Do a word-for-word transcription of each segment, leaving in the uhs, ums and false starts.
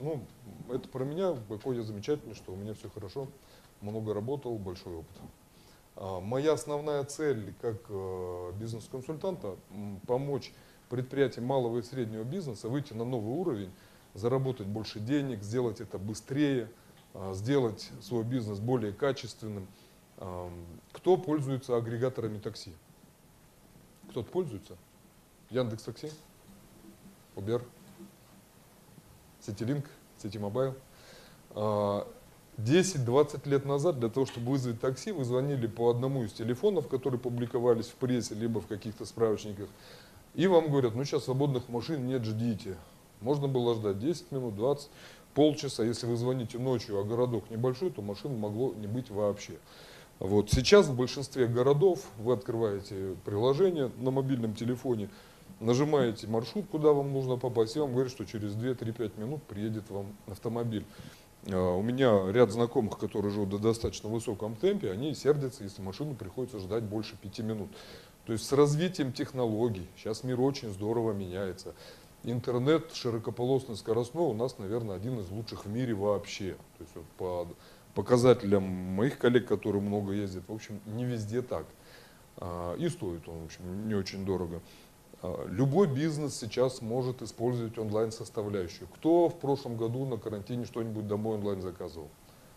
Ну, это про меня, какой я замечательный, что у меня все хорошо, много работал, большой опыт. А, моя основная цель как э, бизнес-консультанта м, помочь предприятиям малого и среднего бизнеса выйти на новый уровень, заработать больше денег, сделать это быстрее, а, сделать свой бизнес более качественным. А, кто пользуется агрегаторами такси? Кто-то пользуется? Яндекс.Такси? Uber? Ситилинк? Ситимобайл? десять-двадцать лет назад для того, чтобы вызвать такси, вы звонили по одному из телефонов, которые публиковались в прессе, либо в каких-то справочниках, и вам говорят, ну сейчас свободных машин нет, ждите. Можно было ждать десять минут, двадцать, полчаса. Если вы звоните ночью, а городок небольшой, то машин могло не быть вообще. Вот. Сейчас в большинстве городов вы открываете приложение на мобильном телефоне, нажимаете маршрут, куда вам нужно попасть, и вам говорят, что через две-три-пять минут приедет вам автомобиль. У меня ряд знакомых, которые живут в достаточно высоком темпе, они сердятся, если машину приходится ждать больше пяти минут. То есть с развитием технологий, сейчас мир очень здорово меняется. Интернет широкополосный, скоростной у нас, наверное, один из лучших в мире вообще. То есть вот по показателям моих коллег, которые много ездят, в общем, не везде так. И стоит он, в общем, не очень дорого. Любой бизнес сейчас может использовать онлайн-составляющую. Кто в прошлом году на карантине что-нибудь домой онлайн заказывал?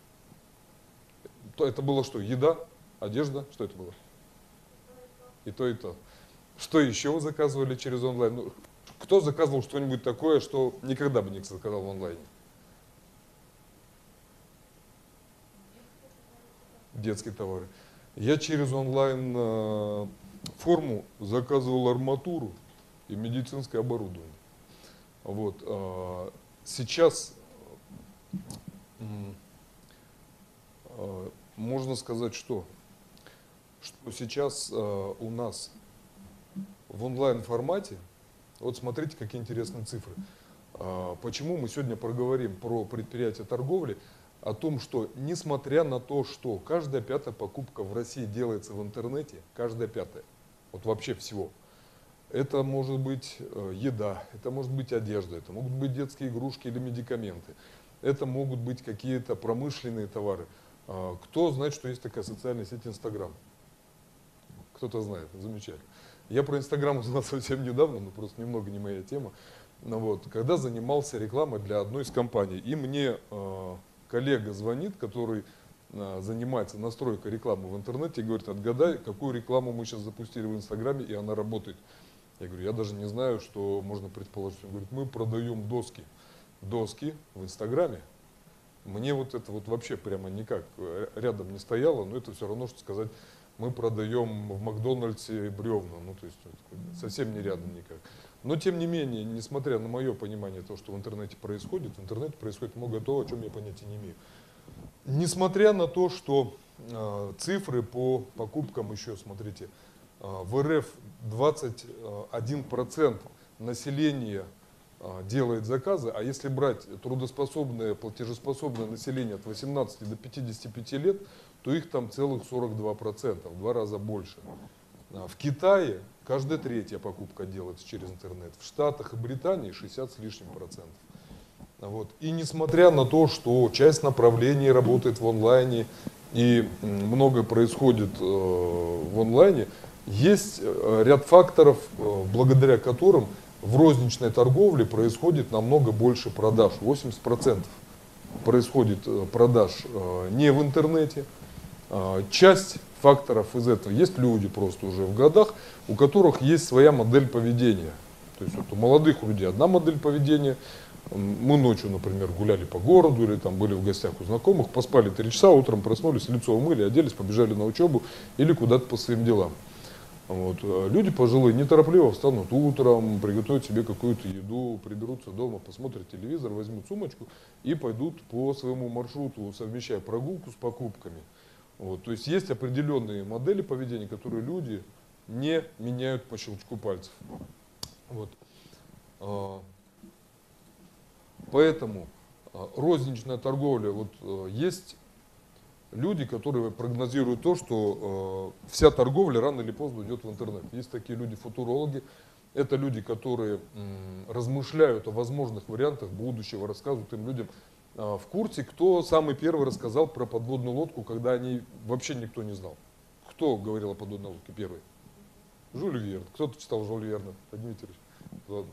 Это было что? Еда? Одежда? Что это было? И то, и то. Что еще вы заказывали через онлайн? Ну, кто заказывал что-нибудь такое, что никогда бы не заказал в онлайне? Детские товары. Я через онлайн э, форму заказывал арматуру и медицинское оборудование. Вот. Э, сейчас э, можно сказать, что, что сейчас э, у нас в онлайн формате, вот смотрите, какие интересные цифры. Э, почему мы сегодня проговорим про предприятия торговли? О том, что несмотря на то, что каждая пятая покупка в России делается в интернете, каждая пятая, вот вообще всего, это может быть еда, это может быть одежда, это могут быть детские игрушки или медикаменты, это могут быть какие-то промышленные товары. Кто знает, что есть такая социальная сеть Инстаграм? Кто-то знает, замечательно. Я про Инстаграм узнал совсем недавно, но просто немного не моя тема. Но вот, когда занимался рекламой для одной из компаний, и мне коллега звонит, который а, занимается настройкой рекламы в интернете, и говорит, отгадай, какую рекламу мы сейчас запустили в Инстаграме, и она работает. Я говорю, я даже не знаю, что можно предположить. Он говорит, мы продаем доски. Доски в Инстаграме. Мне вот это вот вообще прямо никак рядом не стояло, но это все равно, что сказать, мы продаем в Макдональдсе бревна. Ну, то есть совсем не рядом никак. Но, тем не менее, несмотря на мое понимание того, что в интернете происходит, в интернете происходит много того, о чем я понятия не имею. Несмотря на то, что э, цифры по покупкам еще, смотрите, э, в эр эф двадцать один процент населения э, делает заказы, а если брать трудоспособное, платежеспособное население от восемнадцати до пятидесяти пяти лет, то их там целых сорок два процента, в два раза больше. В Китае каждая третья покупка делается через интернет. В Штатах и Британии шестьдесят с лишним процентов. Вот. И несмотря на то, что часть направлений работает в онлайне и многое происходит э, в онлайне, есть ряд факторов, э, благодаря которым в розничной торговле происходит намного больше продаж. восемьдесят процентов происходит продаж э, не в интернете. Э, часть факторов из этого. Есть люди просто уже в годах, у которых есть своя модель поведения. То есть вот у молодых людей одна модель поведения. Мы ночью, например, гуляли по городу или там были в гостях у знакомых, поспали три часа, утром проснулись, лицо умыли, оделись, побежали на учебу или куда-то по своим делам. Вот. Люди пожилые неторопливо встанут утром, приготовят себе какую-то еду, приберутся дома, посмотрят телевизор, возьмут сумочку и пойдут по своему маршруту, совмещая прогулку с покупками. Вот. То есть есть определенные модели поведения, которые люди не меняют по щелчку пальцев. Вот. Поэтому розничная торговля, вот есть люди, которые прогнозируют то, что вся торговля рано или поздно уйдет в интернет. Есть такие люди, футурологи, Это люди, которые м, размышляют о возможных вариантах будущего, рассказывают им людям а, в курсе, кто самый первый рассказал про подводную лодку, когда о ней вообще никто не знал. Кто говорил о подводной лодке первый? Жюль Верн. Кто-то читал Жюль Верна? Поднимите руки. Ладно.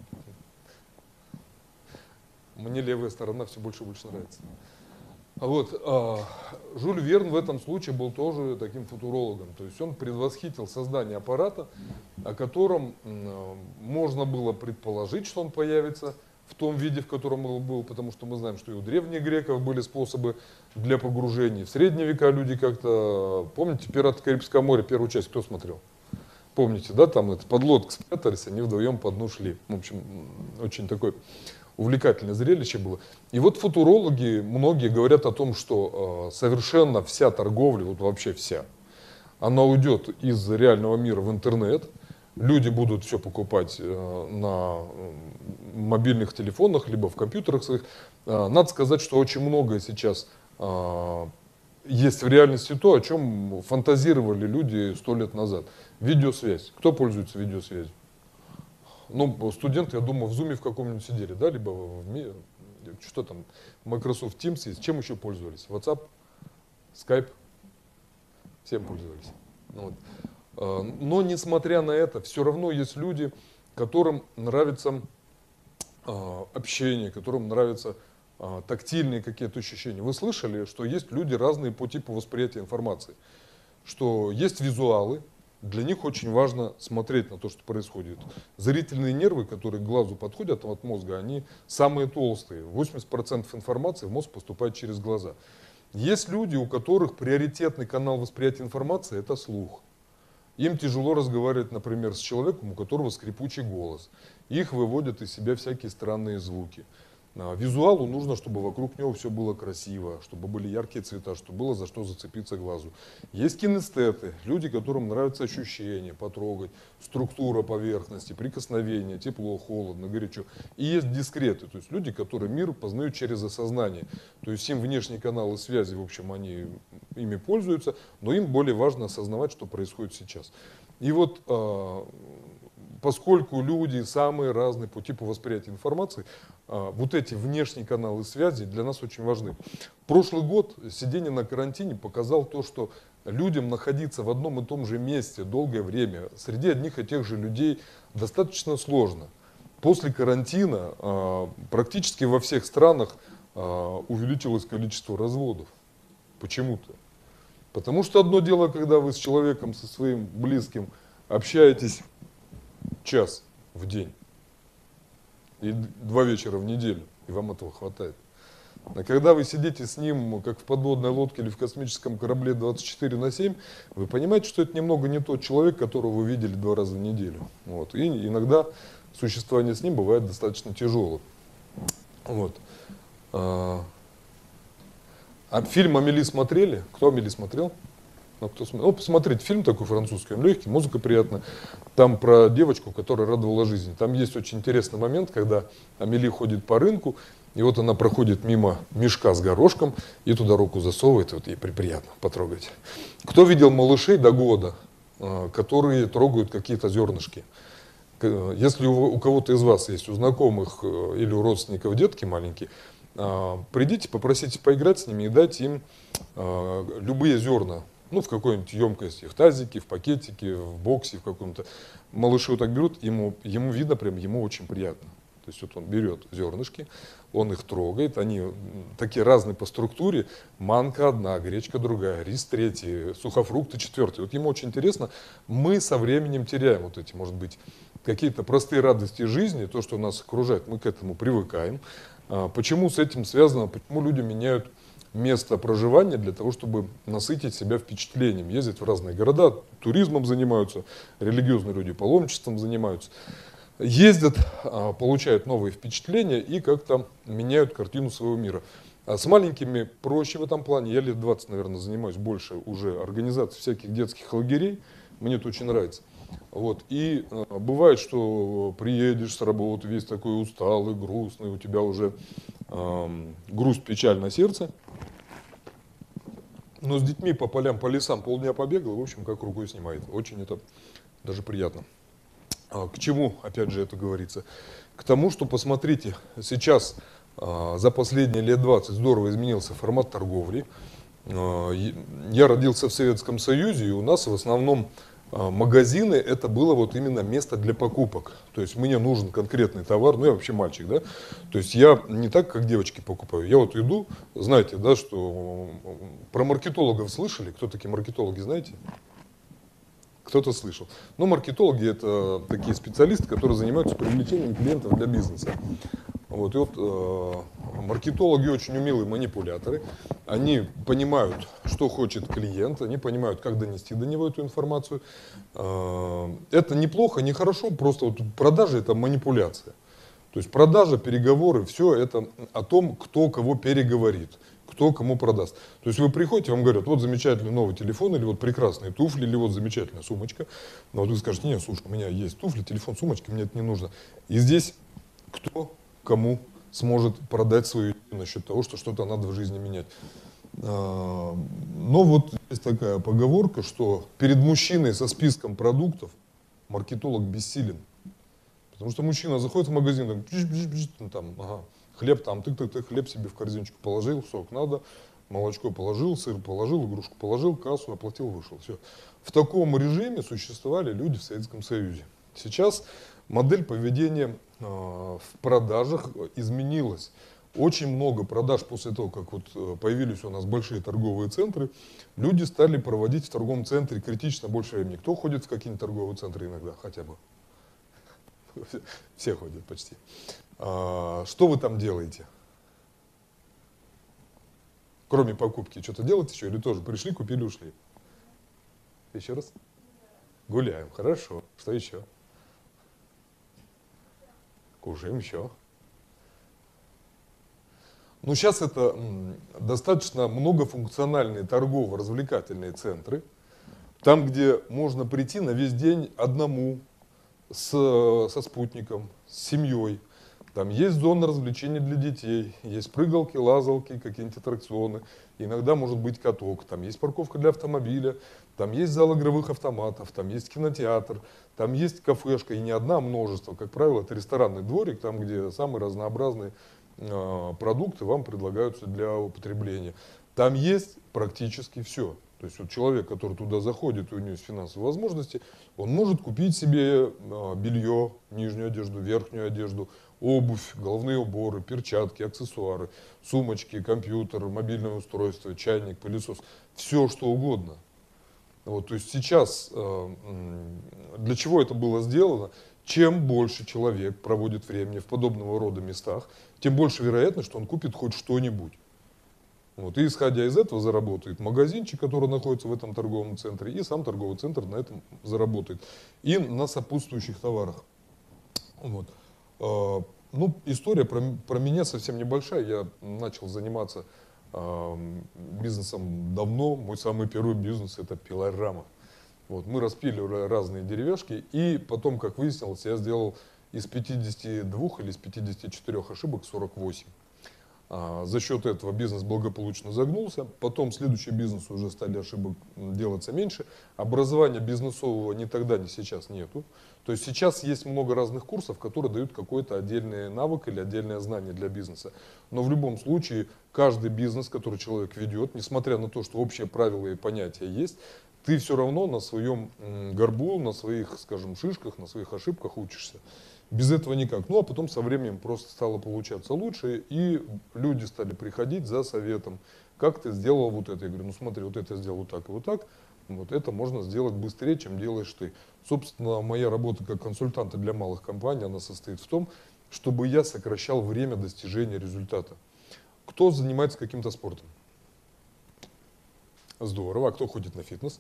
Мне левая сторона все больше и больше нравится. А вот а, Жюль Верн в этом случае был тоже таким футурологом. То есть он предвосхитил создание аппарата, о котором м, можно было предположить, что он появится в том виде, в котором он был, потому что мы знаем, что и у древних греков были способы для погружения. В средние века люди как-то, помните, «Пираты Карибского моря», первую часть кто смотрел? Помните, да, там это подлодка спрятались, они вдвоем по дну шли. В общем, очень такой увлекательное зрелище было. И вот футурологи, многие говорят о том, что э, совершенно вся торговля, вот вообще вся, она уйдет из реального мира в интернет. Люди будут все покупать э, на мобильных телефонах, либо в компьютерах своих. Э, надо сказать, что очень многое сейчас э, есть в реальности то, о чем фантазировали люди сто лет назад. Видеосвязь. Кто пользуется видеосвязью? Ну, студенты, я думаю, в Zoom в каком-нибудь сидели, да, либо в ми... что там, Microsoft Teams есть. Чем еще пользовались? WhatsApp, Skype? Всем пользовались. Вот. Но, несмотря на это, все равно есть люди, которым нравится общение, которым нравятся тактильные какие-то ощущения. Вы слышали, что есть люди разные по типу восприятия информации? Что есть визуалы, для них очень важно смотреть на то, что происходит. Зрительные нервы, которые к глазу подходят от мозга, они самые толстые. восемьдесят процентов информации в мозг поступает через глаза. Есть люди, у которых приоритетный канал восприятия информации – это слух. Им тяжело разговаривать, например, с человеком, у которого скрипучий голос. Их выводят из себя всякие странные звуки. Визуалу нужно, чтобы вокруг него все было красиво, чтобы были яркие цвета, чтобы было за что зацепиться глазу. Есть кинестеты, люди, которым нравятся ощущения, потрогать, структура поверхности, прикосновение, тепло, холодно, горячо. И есть дискреты, то есть люди, которые мир познают через осознание. То есть им внешние каналы связи, в общем, они ими пользуются, но им более важно осознавать, что происходит сейчас. И вот поскольку люди самые разные по типу восприятия информации, вот эти внешние каналы связи для нас очень важны. Прошлый год сидение на карантине показал то, что людям находиться в одном и том же месте долгое время среди одних и тех же людей достаточно сложно. После карантина практически во всех странах увеличилось количество разводов. Почему-то. Потому что одно дело, когда вы с человеком, со своим близким общаетесь час в день и два вечера в неделю, и вам этого хватает. А когда вы сидите с ним, как в подводной лодке или в космическом корабле двадцать четыре на семь, вы понимаете, что это немного не тот человек, которого вы видели два раза в неделю. Вот. И иногда существование с ним бывает достаточно тяжелым. Вот. А, а фильм «Амели» смотрели? Кто «Амели» смотрел? Ну, кто смотрел? Ну, посмотрите, фильм такой французский, он легкий, музыка приятная. Там про девочку, которая радовала жизнь. Там есть очень интересный момент, когда Амели ходит по рынку, и вот она проходит мимо мешка с горошком и туда руку засовывает, и вот ей приятно потрогать. Кто видел малышей до года, которые трогают какие-то зернышки? Если у кого-то из вас есть, у знакомых или у родственников детки маленькие, придите, попросите поиграть с ними и дать им любые зерна. Ну, в какой-нибудь емкости, в тазике, в пакетике, в боксе, в каком-то. Малыши вот так берут, ему, ему видно, прям ему очень приятно. То есть вот он берет зернышки, он их трогает, они такие разные по структуре. Манка одна, гречка другая, рис третий, сухофрукты четвертый. Вот ему очень интересно. Мы со временем теряем вот эти, может быть, какие-то простые радости жизни, то, что нас окружает, мы к этому привыкаем. Почему с этим связано, почему люди меняют место проживания для того, чтобы насытить себя впечатлением, ездить в разные города, туризмом занимаются, религиозные люди паломничеством занимаются, ездят, получают новые впечатления и как-то меняют картину своего мира. А с маленькими проще в этом плане. Я лет двадцать, наверное, занимаюсь больше уже организацией всяких детских лагерей. Мне это очень нравится. Вот. И э, бывает, что приедешь с работы весь такой усталый, грустный, у тебя уже э, грусть, печаль на сердце. Но с детьми по полям, по лесам полдня побегал, в общем, как рукой снимает. Очень это даже приятно. К чему, опять же, это говорится? К тому, что, посмотрите, сейчас за последние лет двадцать здорово изменился формат торговли. Я родился в Советском Союзе, и у нас в основном магазины это было вот именно место для покупок. То есть мне нужен конкретный товар, ну я вообще мальчик, да. То есть я не так, как девочки покупаю. Я вот иду, знаете, да, что про маркетологов слышали? Кто такие маркетологи, знаете? Кто-то слышал. Но маркетологи это такие специалисты, которые занимаются привлечением клиентов для бизнеса. Вот, и вот э, маркетологи очень умелые манипуляторы. Они понимают, что хочет клиент, они понимают, как донести до него эту информацию. Э, это неплохо, не хорошо, просто вот продажи это манипуляция. То есть продажа, переговоры, все это о том, кто кого переговорит, кто кому продаст. То есть вы приходите, вам говорят, вот замечательный новый телефон, или вот прекрасные туфли, или вот замечательная сумочка. Но вот вы скажете, нет, слушай, у меня есть туфли, телефон, сумочка, мне это не нужно. И здесь кто кому сможет продать свою идею насчет того, что что-то надо в жизни менять. Но вот есть такая поговорка, что перед мужчиной со списком продуктов маркетолог бессилен. Потому что мужчина заходит в магазин, там, там ага, хлеб там, тык-тык-тык, хлеб себе в корзиночку положил, сок надо, молочко положил, сыр положил, игрушку положил, кассу оплатил, вышел. Все. В таком режиме существовали люди в Советском Союзе. Сейчас модель поведения э, в продажах изменилась. Очень много продаж после того, как вот появились у нас большие торговые центры, люди стали проводить в торговом центре критично больше времени. Кто ходит в какие-нибудь торговые центры иногда хотя бы? Все ходят почти. А, что вы там делаете? Кроме покупки, что-то делаете еще? Или тоже пришли, купили, ушли? Еще раз? Гуляем. Хорошо. Что еще? Кушаем еще. Ну, сейчас это м, достаточно многофункциональные торгово-развлекательные центры. Там, где можно прийти на весь день одному, с, со спутником, с семьей. Там есть зона развлечений для детей, есть прыгалки, лазалки, какие-нибудь аттракционы. Иногда может быть каток, там есть парковка для автомобиля, там есть зал игровых автоматов, там есть кинотеатр, там есть кафешка, и не одна, а множество. Как правило, это ресторанный дворик, там, где самые разнообразные э, продукты вам предлагаются для употребления. Там есть практически все. То есть вот человек, который туда заходит, и у него есть финансовые возможности, он может купить себе белье, нижнюю одежду, верхнюю одежду, обувь, головные уборы, перчатки, аксессуары, сумочки, компьютер, мобильное устройство, чайник, пылесос, все что угодно. Вот, то есть сейчас для чего это было сделано? Чем больше человек проводит времени в подобного рода местах, тем больше вероятность, что он купит хоть что-нибудь. Вот, и исходя из этого заработает магазинчик, который находится в этом торговом центре, и сам торговый центр на этом заработает. И на сопутствующих товарах. Вот. Ну, история про, про меня совсем небольшая. Я начал заниматься э, бизнесом давно. Мой самый первый бизнес это пилорама. Вот, мы распиливали разные деревяшки, и потом, как выяснилось, я сделал из пятидесяти двух или из пятидесяти четырёх ошибок сорок восемь. За счет этого бизнес благополучно загнулся. Потом следующий бизнес уже стали ошибок делаться меньше. Образования бизнесового ни тогда, ни сейчас нету. То есть сейчас есть много разных курсов, которые дают какой-то отдельный навык или отдельное знание для бизнеса. Но в любом случае каждый бизнес, который человек ведет, несмотря на то, что общие правила и понятия есть, ты все равно на своем горбу, на своих, скажем, шишках, на своих ошибках учишься. Без этого никак. Ну, а потом со временем просто стало получаться лучше, и люди стали приходить за советом. Как ты сделал вот это? Я говорю, ну смотри, вот это я сделал вот так и вот так. Вот это можно сделать быстрее, чем делаешь ты. Собственно, моя работа как консультанта для малых компаний, она состоит в том, чтобы я сокращал время достижения результата. Кто занимается каким-то спортом? Здорово. А кто ходит на фитнес?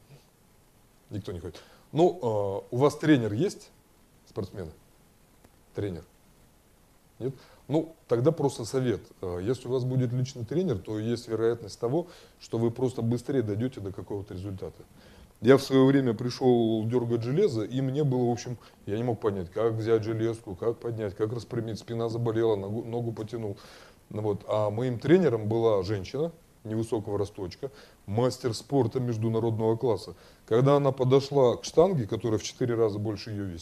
Никто не ходит. Ну, у вас тренер есть? Спортсмены? Тренер? Нет? Ну, тогда просто совет. Если у вас будет личный тренер, то есть вероятность того, что вы просто быстрее дойдете до какого-то результата. Я в свое время пришел дергать железо, и мне было, в общем, я не мог понять, как взять железку, как поднять, как распрямить, спина заболела, ногу, ногу потянул. Вот. А моим тренером была женщина, невысокого росточка, мастер спорта международного класса. Когда она подошла к штанге, которая в четыре раза больше ее весит,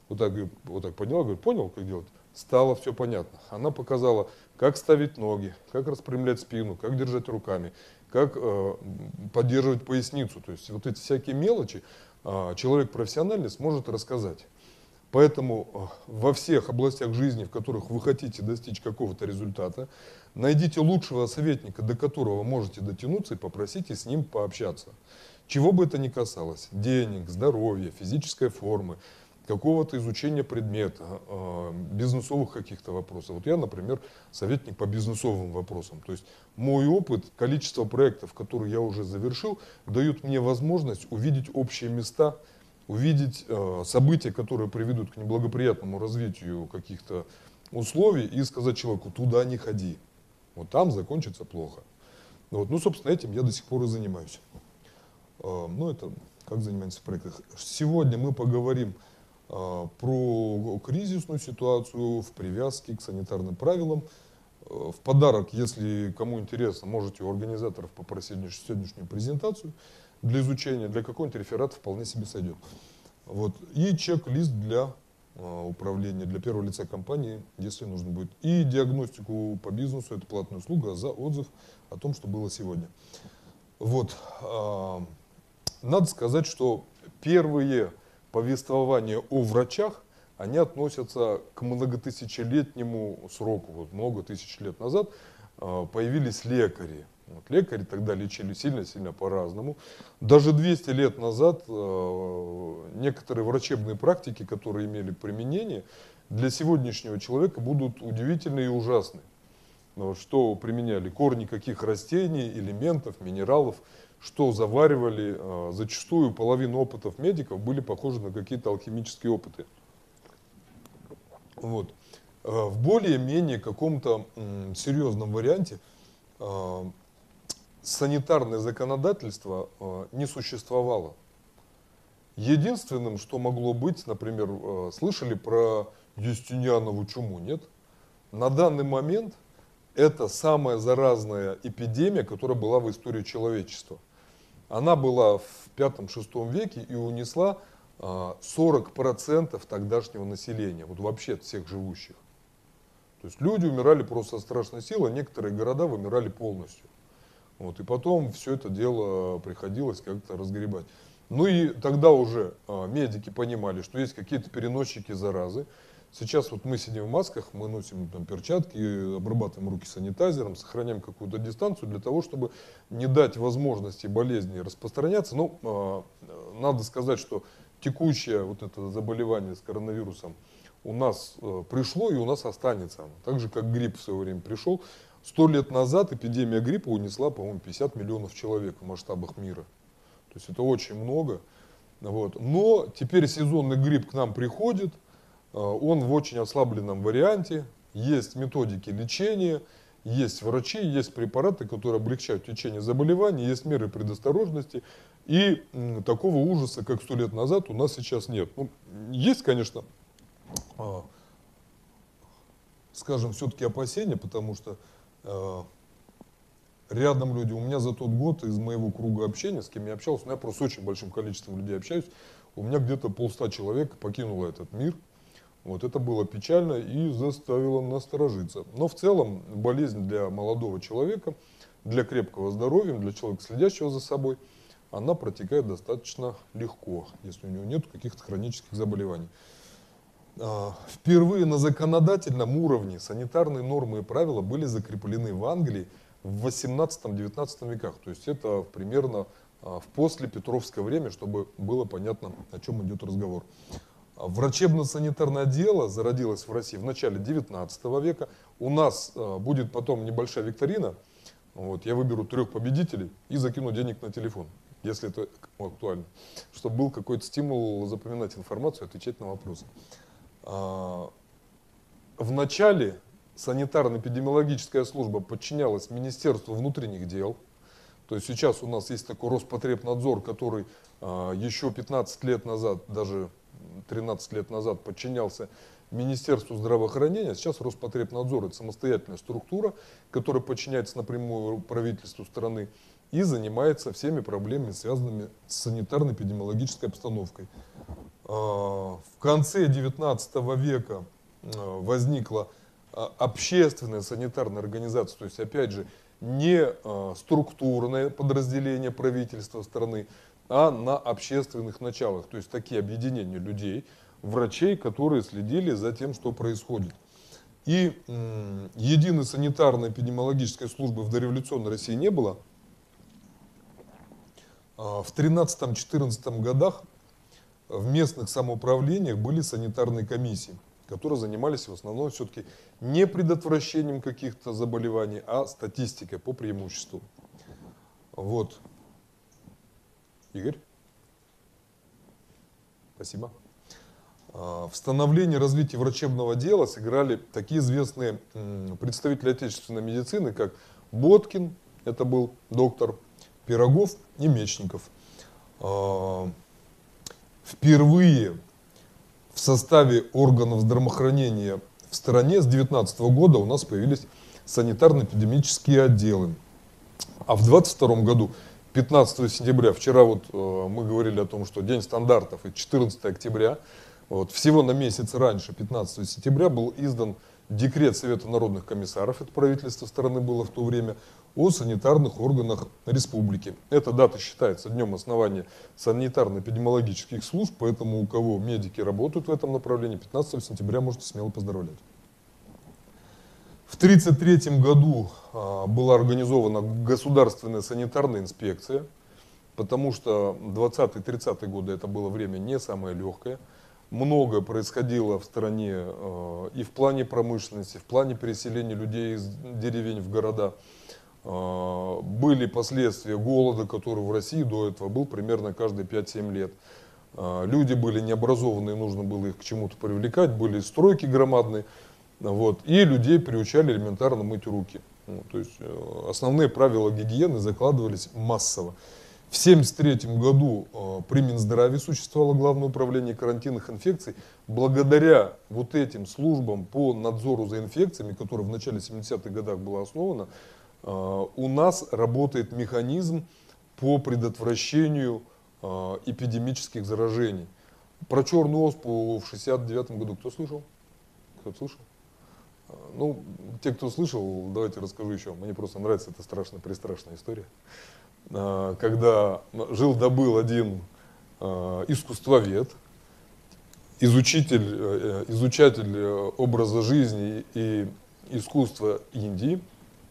вот так, вот так подняла, говорит, понял, как делать? Стало все понятно. Она показала, как ставить ноги, как распрямлять спину, как держать руками, как э, поддерживать поясницу. То есть вот эти всякие мелочи э, человек профессиональный сможет рассказать. Поэтому э, во всех областях жизни, в которых вы хотите достичь какого-то результата, найдите лучшего советника, до которого можете дотянуться, и попросите с ним пообщаться. Чего бы это ни касалось, денег, здоровья, физической формы, какого-то изучения предмета, э, бизнесовых каких-то вопросов. Вот я, например, советник по бизнесовым вопросам. То есть мой опыт, количество проектов, которые я уже завершил, дают мне возможность увидеть общие места, увидеть э, события, которые приведут к неблагоприятному развитию каких-то условий, и сказать человеку, туда не ходи. Вот там закончится плохо. Вот. Ну, собственно, этим я до сих пор и занимаюсь. Э, ну, это как занимаемся в проектах. Сегодня мы поговорим э, про кризисную ситуацию в привязке к санитарным правилам. Э, в подарок, если кому интересно, можете у организаторов попросить сегодняшнюю презентацию для изучения, для какого-нибудь реферата вполне себе сойдет. Вот. И чек-лист для э, управления, для первого лица компании, если нужно будет. И диагностику по бизнесу, это платная услуга за отзыв о том, что было сегодня. Вот. Э, надо сказать, что первые повествования о врачах, они относятся к многотысячелетнему сроку. Вот много тысяч лет назад э, появились лекари. Вот, лекари тогда лечили сильно-сильно по-разному. Даже двести лет назад э, некоторые врачебные практики, которые имели применение, для сегодняшнего человека будут удивительны и ужасны. Вот, что применяли? Корни каких растений, элементов, минералов, что заваривали. Э, зачастую половина опытов медиков были похожи на какие-то алхимические опыты. Вот. Э, в более-менее каком-то м, серьезном варианте э, санитарное законодательство э, не существовало. Единственным, что могло быть, например, э, слышали про Юстинианову чуму, нет? На данный момент это самая заразная эпидемия, которая была в истории человечества. Она была в пятом-шестом веке и унесла э, сорок процентов тогдашнего населения, вот вообще всех живущих. То есть люди умирали просто со страшной силой, некоторые города вымирали полностью. Вот, и потом все это дело приходилось как-то разгребать. Ну и тогда уже а, медики понимали, что есть какие-то переносчики заразы. Сейчас вот мы сидим в масках, мы носим там перчатки, обрабатываем руки санитайзером, сохраняем какую-то дистанцию для того, чтобы не дать возможности болезни распространяться. Но а, надо сказать, что текущее вот это заболевание с коронавирусом у нас а, пришло и у нас останется. Так же, как грипп в свое время пришел. Сто лет назад эпидемия гриппа унесла, по-моему, пятьдесят миллионов человек в масштабах мира. То есть это очень много. Вот. Но теперь сезонный грипп к нам приходит, он в очень ослабленном варианте, есть методики лечения, есть врачи, есть препараты, которые облегчают течение заболеваний, есть меры предосторожности. И м, такого ужаса, как сто лет назад, у нас сейчас нет. Ну, есть, конечно, а, скажем, все-таки опасения, потому что рядом люди. У меня за тот год из моего круга общения, с кем я общался, ну, я просто с очень большим количеством людей общаюсь, у меня где-то полста человек покинуло этот мир. Вот это было печально и заставило насторожиться. Но в целом болезнь для молодого человека, для крепкого здоровья, для человека, следящего за собой, она протекает достаточно легко, если у него нет каких-то хронических заболеваний. Впервые на законодательном уровне санитарные нормы и правила были закреплены в Англии в восемнадцатом-девятнадцатом веках. То есть это примерно в послепетровское время, чтобы было понятно, о чем идет разговор. Врачебно-санитарное дело зародилось в России в начале девятнадцатого века. У нас будет потом небольшая викторина. Вот, я выберу трех победителей и закину денег на телефон, если это актуально. Чтобы был какой-то стимул запоминать информацию, отвечать на вопросы. В начале санитарно-эпидемиологическая служба подчинялась Министерству внутренних дел. То есть сейчас у нас есть такой Роспотребнадзор, который еще пятнадцать лет назад, даже тринадцать лет назад подчинялся Министерству здравоохранения. Сейчас Роспотребнадзор — это самостоятельная структура, которая подчиняется напрямую правительству страны и занимается всеми проблемами, связанными с санитарно-эпидемиологической обстановкой. в конце девятнадцатого века возникла общественная санитарная организация, то есть, опять же, не структурное подразделение правительства страны, а на общественных началах, то есть такие объединения людей, врачей, которые следили за тем, что происходит. И м, единой санитарно-эпидемиологической службы в дореволюционной России не было. В тринадцатом-четырнадцатом годах в местных самоуправлениях были санитарные комиссии, которые занимались в основном все-таки не предотвращением каких-то заболеваний, а статистикой по преимуществу. Вот. Игорь? Спасибо. В становлении и развитии врачебного дела сыграли такие известные представители отечественной медицины, как Боткин, это был доктор, Пирогов и Мечников. Впервые в составе органов здравоохранения в стране с две тысячи девятнадцатого года у нас появились санитарно-эпидемические отделы. А в две тысячи двадцать втором году, пятнадцатого сентября, вчера вот э, мы говорили о том, что День стандартов, и четырнадцатого октября, вот, всего на месяц раньше, пятнадцатого сентября, был издан декрет Совета народных комиссаров, это правительство страны было в то время, о санитарных органах республики. Эта дата считается днем основания санитарно-эпидемиологических служб, поэтому у кого медики работают в этом направлении, пятнадцатого сентября можете смело поздравлять. В тысяча девятьсот тридцать третьем году а, была организована государственная санитарная инспекция, потому что двадцатые-тридцатые годы это было время не самое легкое. Многое происходило в стране э, и в плане промышленности, в плане переселения людей из деревень в города. Э, были последствия голода, который в России до этого был примерно каждые пять-семь лет. Э, люди были необразованные, нужно было их к чему-то привлекать, были стройки громадные. Вот, и людей приучали элементарно мыть руки. Ну, то есть э, основные правила гигиены закладывались массово. В тысяча девятьсот семьдесят третьем году э, при Минздраве существовало Главное управление карантинных инфекций. Благодаря вот этим службам по надзору за инфекциями, которое в начале семидесятых годах было основано, э, у нас работает механизм по предотвращению э, эпидемических заражений. Про черную оспу в шестьдесят девятом году кто слышал? Кто слышал? Ну, те, кто слышал, давайте расскажу еще. Мне просто нравится эта страшная-престрашная история. Когда жил-добыл один искусствовед, изучитель, изучатель образа жизни и искусства Индии.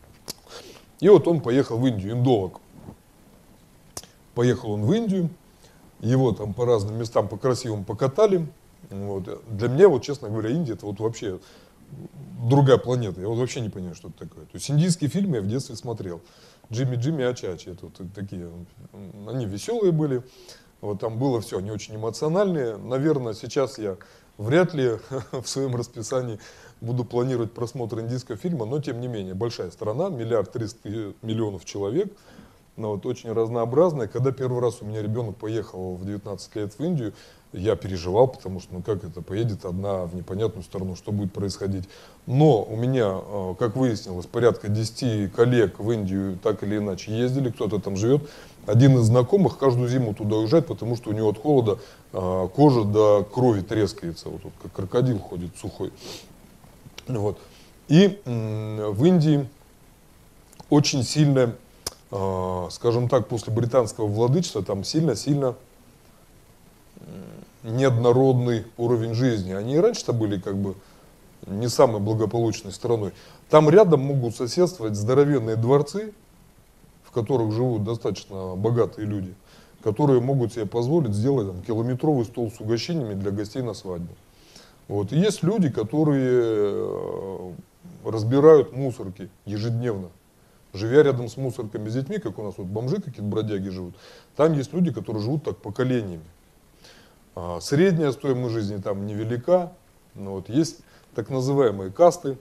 И вот он поехал в Индию, индолог. Поехал он в Индию, его там по разным местам, по красивым покатали. Вот. Для меня, вот, честно говоря, Индия — это вот вообще другая планета. Я вот вообще не понимаю, что это такое. То есть индийские фильмы я в детстве смотрел. Джимми Джимми Ачачи, это вот такие, они веселые были. Вот там было все, они очень эмоциональные. Наверное, сейчас я вряд ли в своем расписании буду планировать просмотр индийского фильма, но тем не менее, большая страна, миллиард триста миллионов человек, но вот очень разнообразная. Когда первый раз у меня ребенок поехал в девятнадцать лет в Индию, я переживал, потому что, ну как это, поедет одна в непонятную страну, что будет происходить. Но у меня, как выяснилось, порядка десяти коллег в Индию так или иначе ездили, кто-то там живет. Один из знакомых каждую зиму туда уезжает, потому что у него от холода кожа до крови трескается, вот, вот как крокодил ходит сухой. Вот. И в Индии очень сильно, скажем так, после британского владычества, там сильно-сильно неоднородный уровень жизни. Они и раньше-то были как бы не самой благополучной страной. Там рядом могут соседствовать здоровенные дворцы, в которых живут достаточно богатые люди, которые могут себе позволить сделать там километровый стол с угощениями для гостей на свадьбу. Вот. И есть люди, которые разбирают мусорки ежедневно, живя рядом с мусорками с детьми, как у нас вот бомжи какие-то бродяги живут. Там есть люди, которые живут так поколениями. Средняя стоимость жизни там невелика, но вот есть так называемые касты,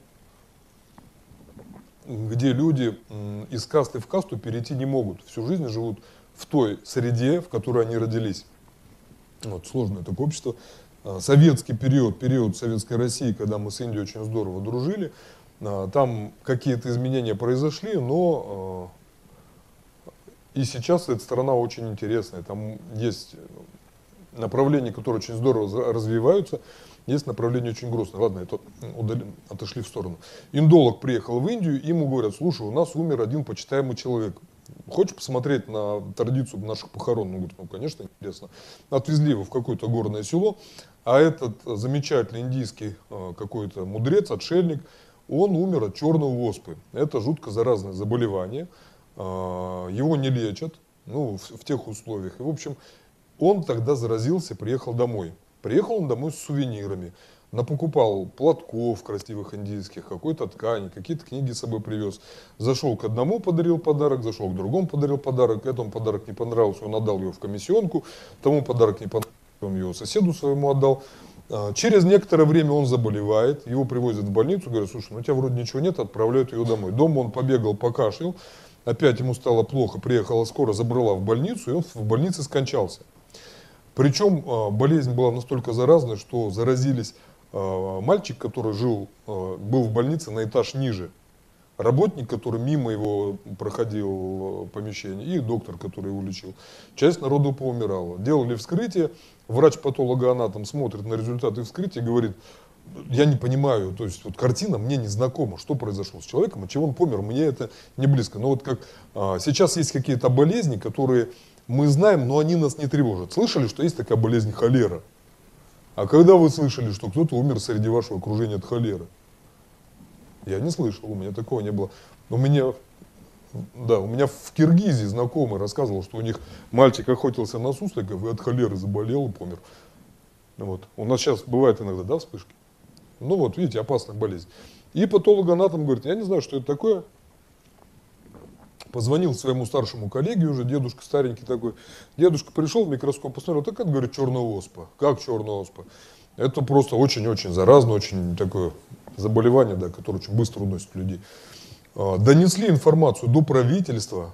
где люди из касты в касту перейти не могут. Всю жизнь живут в той среде, в которой они родились. Вот, сложное такое общество. Советский период, период Советской России, когда мы с Индией очень здорово дружили, там какие-то изменения произошли, но и сейчас эта страна очень интересная. Там есть направлений, которые очень здорово развиваются, есть направление очень грустное. Ладно, это удалим, отошли в сторону. Индолог приехал в Индию, ему говорят: слушай, у нас умер один почитаемый человек. Хочешь посмотреть на традицию наших похорон? Он говорит: ну, конечно, интересно. Отвезли его в какое-то горное село, а этот замечательный индийский какой-то мудрец, отшельник, он умер от черной оспы. Это жутко заразное заболевание, его не лечат, ну, в, в тех условиях. И, в общем, он тогда заразился, приехал домой. Приехал он домой с сувенирами, напокупал платков красивых индийских, какой-то ткани, какие-то книги с собой привез. Зашел к одному, подарил подарок, зашел к другому, подарил подарок. Этому подарок не понравился, он отдал его в комиссионку, тому подарок не понравился, он его соседу своему отдал. Через некоторое время он заболевает, его привозят в больницу, говорят: слушай, ну у тебя вроде ничего нет, отправляют его домой. Дома он побегал, покашлял, опять ему стало плохо, приехала скорая, забрала в больницу, и он в больнице скончался. Причем болезнь была настолько заразная, что заразились мальчик, который жил, был в больнице на этаж ниже, работник, который мимо его проходил помещение, и доктор, который его лечил. Часть народу поумирала. Делали вскрытие, врач-патологоанатом смотрит на результаты вскрытия и говорит: я не понимаю, то есть вот картина мне не знакома, что произошло с человеком, от чего он помер, мне это не близко. Но вот как а, сейчас есть какие-то болезни, которые мы знаем, но они нас не тревожат. Слышали, что есть такая болезнь холера? А когда вы слышали, что кто-то умер среди вашего окружения от холеры? Я не слышал, у меня такого не было. У меня, да, у меня в Киргизии знакомый рассказывал, что у них мальчик охотился на сусликов и от холеры заболел и помер. Вот. У нас сейчас бывает иногда, да, вспышки? Ну вот, видите, опасная болезнь. И патологоанатом говорит: я не знаю, что это такое. Позвонил своему старшему коллеге, уже дедушка старенький такой. Дедушка пришел, в микроскоп посмотрел: так это, говорит, черная оспа. Как черная оспа? Это просто очень-очень заразно, очень такое заболевание, да, которое очень быстро уносит людей. Донесли информацию до правительства.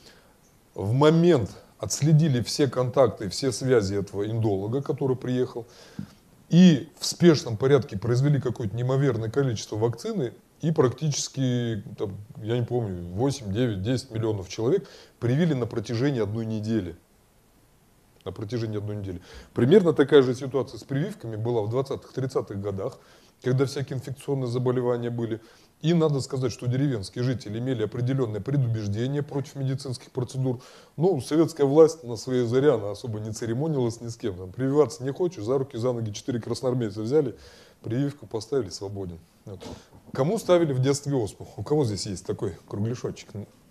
В момент отследили все контакты, все связи этого индолога, который приехал. И в спешном порядке произвели какое-то неимоверное количество вакцины. И практически, там, я не помню, восемь, девять, десять миллионов человек привили на протяжении одной недели. На протяжении одной недели. Примерно такая же ситуация с прививками была в двадцатых-тридцатых годах, когда всякие инфекционные заболевания были. И надо сказать, что деревенские жители имели определенное предубеждение против медицинских процедур. Но советская власть на своей заре, она особо не церемонилась ни с кем. Там, прививаться не хочешь, за руки, за ноги четыре красноармейца взяли, прививку поставили, свободен. Вот. Кому ставили в детстве оспу? У кого здесь есть такой кругляшочек?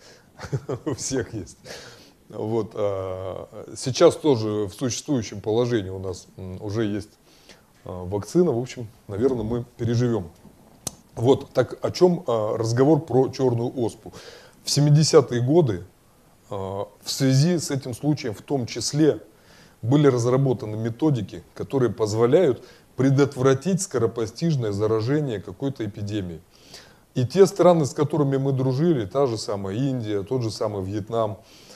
У всех есть. Вот. Сейчас тоже в существующем положении у нас уже есть вакцина. В общем, наверное, мы переживем. Вот, так о чем разговор про черную оспу. В семидесятые годы в связи с этим случаем в том числе были разработаны методики, которые позволяют предотвратить скоропостижное заражение какой-то эпидемией. И те страны, с которыми мы дружили, та же самая Индия, тот же самый Вьетнам,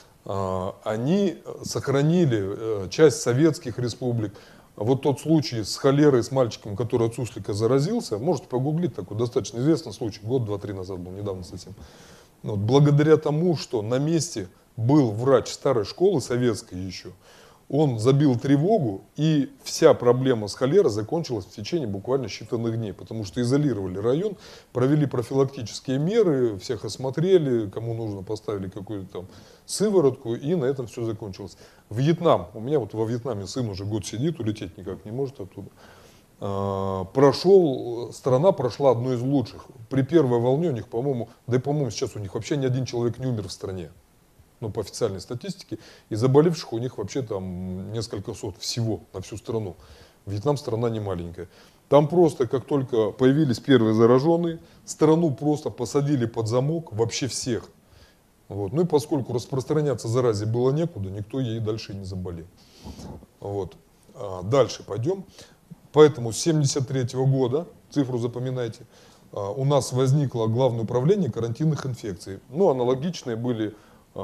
они сохранили часть советских республик. Вот тот случай с холерой, с мальчиком, который от суслика заразился, можете погуглить, такой достаточно известный случай, год, два-три назад был, недавно совсем. Вот, благодаря тому, что на месте был врач старой школы, советской еще, он забил тревогу, и вся проблема с холерой закончилась в течение буквально считанных дней, потому что изолировали район, провели профилактические меры, всех осмотрели, кому нужно поставили какую-то там сыворотку, и на этом все закончилось. Вьетнам, у меня вот во Вьетнаме сын уже год сидит, улететь никак не может оттуда. А, прошел, страна прошла одну из лучших. При первой волне у них, по-моему, да и по-моему сейчас у них вообще ни один человек не умер в стране. Ну, по официальной статистике, и заболевших у них вообще там несколько сот всего на всю страну. Вьетнам страна не маленькая. Там просто, как только появились первые зараженные, страну просто посадили под замок, вообще всех. Вот. Ну и поскольку распространяться заразе было некуда, никто ей дальше не заболел. Вот. А дальше пойдем. Поэтому с семьдесят третьего года, цифру запоминайте, у нас возникло Главное управление карантинных инфекций. Ну, аналогичные были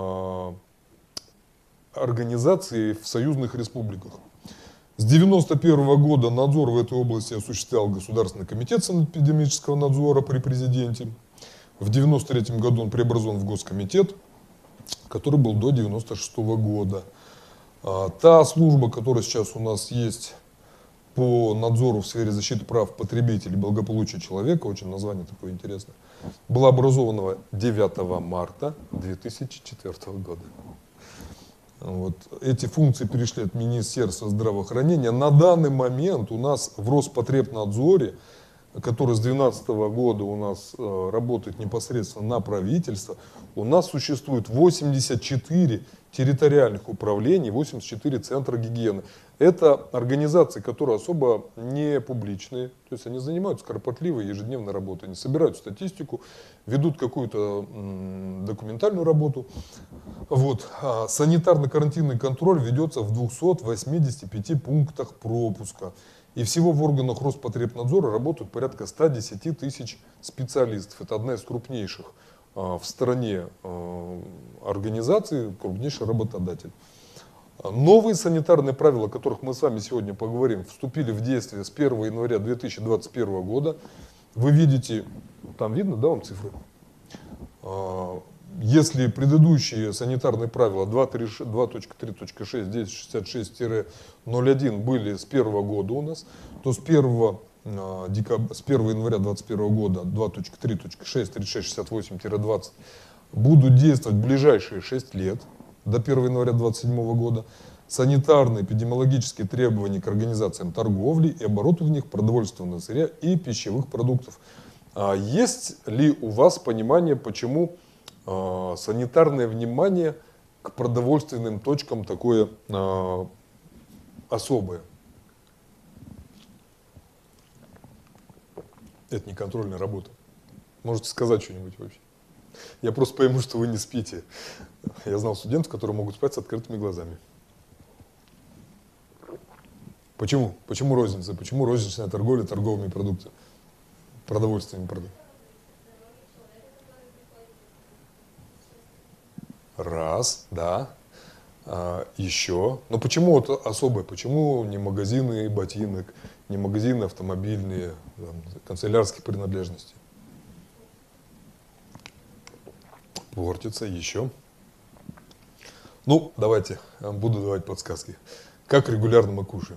организации в союзных республиках. С девяносто первого года надзор в этой области осуществлял Государственный комитет санэпидемического надзора при президенте. В девяносто третьем году он преобразован в Госкомитет, который был до девяносто шестого года. Та служба, которая сейчас у нас есть по надзору в сфере защиты прав потребителей и благополучия человека, очень название такое интересное, была образована девятого марта две тысячи четвёртого года. Вот. Эти функции перешли от Министерства здравоохранения. На данный момент у нас в Роспотребнадзоре, который с две тысячи двенадцатого года у нас э, работает непосредственно на правительство, у нас существует восемьдесят четыре территориальных управлений, восемьдесят четыре центра гигиены. Это организации, которые особо не публичные, то есть они занимаются кропотливой ежедневной работой, они собирают статистику, ведут какую-то м, документальную работу. Вот. А санитарно-карантинный контроль ведется в двухстах восьмидесяти пяти пунктах пропуска. И всего в органах Роспотребнадзора работают порядка ста десяти тысяч специалистов. Это одна из крупнейших а, в стране а, организаций, крупнейший работодатель. Новые санитарные правила, о которых мы с вами сегодня поговорим, вступили в действие с первого января две тысячи двадцать первого года. Вы видите, там видно, да, вам цифры? Если предыдущие санитарные правила два точка три точка шесть десять шестьдесят шесть ноль один были с первого года у нас, то с первого января две тысячи двадцать первого года два точка три точка шесть тридцать шесть шестьдесят восемь двадцать будут действовать в ближайшие шесть лет, до первого января две тысячи двадцать седьмого года. Санитарные эпидемиологические требования к организациям торговли и обороту в них продовольственного сырья и пищевых продуктов. А есть ли у вас понимание, почему а, санитарное внимание к продовольственным точкам такое а, особое? Это не контрольная работа. Можете сказать что-нибудь вообще? Я просто пойму, что вы не спите. Я знал студентов, которые могут спать с открытыми глазами. Почему? Почему розница? Почему розничная торговля торговыми продуктами, продовольственными продуктами? Раз, да. А, еще. Но почему это особое? Почему не магазины ботинок, не магазины автомобильные, там, канцелярские принадлежности? Портится еще. Ну, давайте, буду давать подсказки. Как регулярно мы кушаем?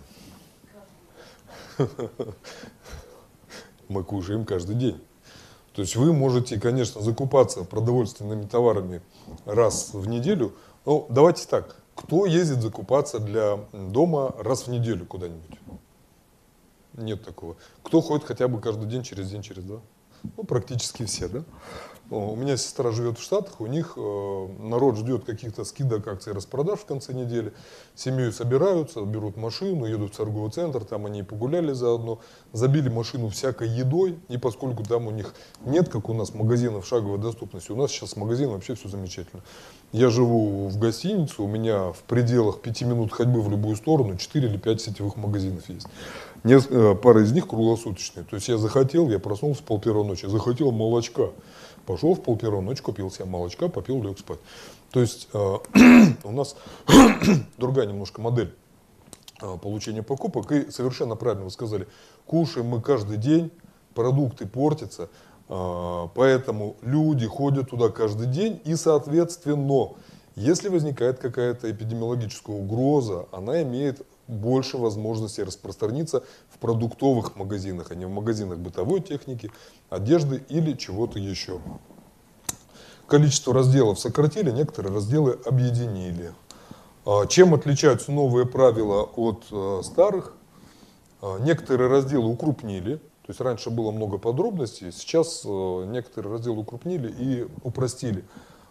Мы кушаем каждый день. То есть вы можете, конечно, закупаться продовольственными товарами раз в неделю. Ну, давайте так. Кто ездит закупаться для дома раз в неделю куда-нибудь? Нет такого. Кто ходит хотя бы каждый день, через день, через два? Ну, практически все, да? У меня сестра живет в Штатах, у них э, народ ждет каких-то скидок, акций, распродаж в конце недели. Семьей собираются, берут машину, едут в торговый центр, там они погуляли заодно, забили машину всякой едой. И поскольку там у них нет, как у нас, магазинов шаговой доступности, у нас сейчас с магазином вообще все замечательно. Я живу в гостинице, у меня в пределах пяти минут ходьбы в любую сторону четыре или пять сетевых магазинов есть. Нет, пара из них круглосуточные. То есть я захотел, я проснулся в полпервой ночи, захотел молочка. Пошел в полпервой ночи, купил себе молочка, попил, лег спать. То есть э, у нас другая немножко модель э, получения покупок. И совершенно правильно вы сказали, кушаем мы каждый день, продукты портятся, э, поэтому люди ходят туда каждый день. И, соответственно, если возникает какая-то эпидемиологическая угроза, она имеет больше возможностей распространиться в продуктовых магазинах, а не в магазинах бытовой техники, одежды или чего-то еще. Количество разделов сократили, некоторые разделы объединили. Чем отличаются новые правила от старых? Некоторые разделы укрупнили, то есть раньше было много подробностей, сейчас некоторые разделы укрупнили и упростили.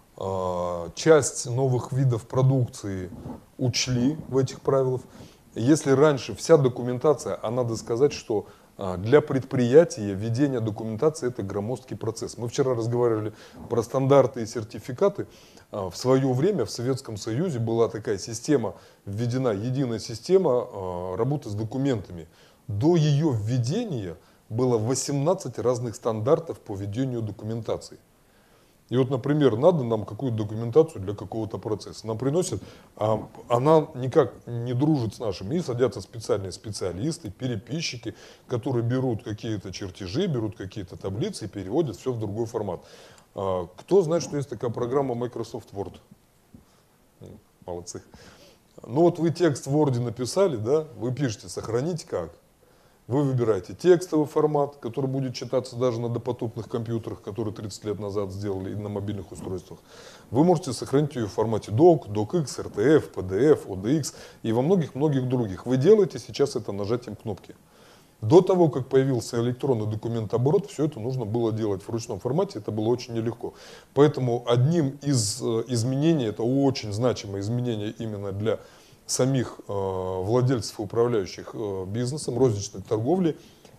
Часть новых видов продукции учли в этих правилах. Если раньше вся документация, а надо сказать, что для предприятия ведение документации – это громоздкий процесс. Мы вчера разговаривали про стандарты и сертификаты. В свое время в Советском Союзе была такая система, введена единая система работы с документами. До ее введения было восемнадцать разных стандартов по ведению документации. И вот, например, надо нам какую-то документацию для какого-то процесса. Нам приносят, а она никак не дружит с нашими. И садятся специальные специалисты, переписчики, которые берут какие-то чертежи, берут какие-то таблицы и переводят все в другой формат. А, кто знает, что есть такая программа Microsoft Word? Молодцы. Ну вот вы текст в Word написали, да, вы пишете «сохранить как». Вы выбираете текстовый формат, который будет читаться даже на допотопных компьютерах, которые тридцать лет назад сделали, и на мобильных устройствах. Вы можете сохранить ее в формате док, докс, эр тэ эф, пи ди эф, о дэ икс и во многих-многих других. Вы делаете сейчас это нажатием кнопки. До того, как появился электронный документооборот, все это нужно было делать в ручном формате, это было очень нелегко. Поэтому одним из изменений, это очень значимое изменение именно для самих э, владельцев и управляющих э, бизнесом, розничной торговли,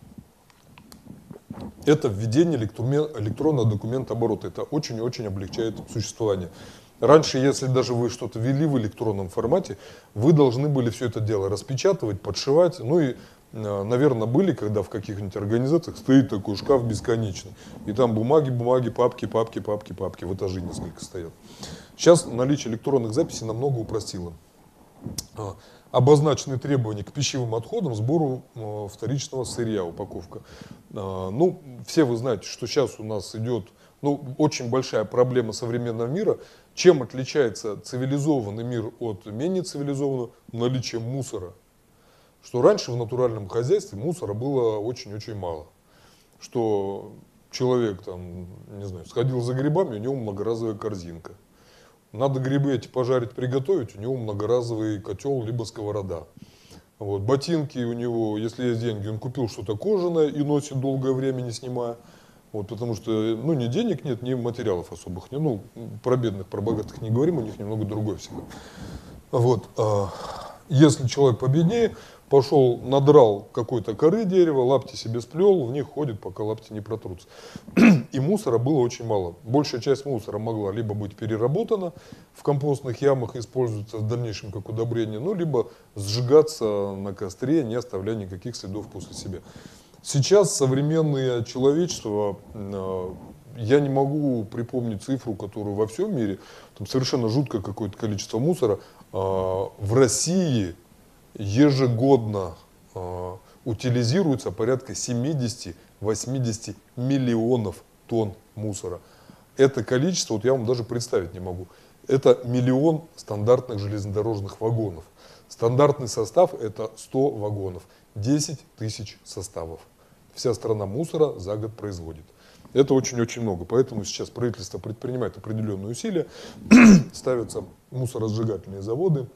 это введение электронного документооборота. Это очень-очень облегчает существование. Раньше, если даже вы что-то ввели в электронном формате, вы должны были все это дело распечатывать, подшивать. Ну и, э, наверное, были, когда в каких-нибудь организациях стоит такой шкаф бесконечный. И там бумаги, бумаги, папки, папки, папки, папки. В этаже несколько стоят. Сейчас наличие электронных записей намного упростило. Обозначены требования к пищевым отходам, сбору э, вторичного сырья, упаковка. Э, ну, все вы знаете, что сейчас у нас идет ну, очень большая проблема современного мира. Чем отличается цивилизованный мир от менее цивилизованного? Наличием мусора. Что раньше в натуральном хозяйстве мусора было очень-очень мало. Что человек там, не знаю, сходил за грибами, у него многоразовая корзинка. Надо грибы эти пожарить, приготовить, у него многоразовый котел, либо сковорода. Вот. Ботинки у него, если есть деньги, он купил что-то кожаное и носит долгое время, не снимая. Вот, потому что ну, ни денег нет, ни материалов особых нет. Ну, про бедных, про богатых не говорим, у них немного другое всего. Вот. Если человек победнее, пошел, надрал какой-то коры дерева, лапти себе сплел, в них ходит, пока лапти не протрутся. И мусора было очень мало. Большая часть мусора могла либо быть переработана в компостных ямах, использоваться в дальнейшем как удобрение, ну, либо сжигаться на костре, не оставляя никаких следов после себя. Сейчас современное человечество, я не могу припомнить цифру, которую во всем мире, там совершенно жуткое какое-то количество мусора, в России ежегодно э, утилизируется порядка семьдесят-восемьдесят миллионов тонн мусора. Это количество, вот я вам даже представить не могу. Это миллион стандартных железнодорожных вагонов. Стандартный состав это сто вагонов, десять тысяч составов. Вся страна мусора за год производит. Это очень-очень много. Поэтому сейчас правительство предпринимает определенные усилия, ставятся мусоросжигательные заводы.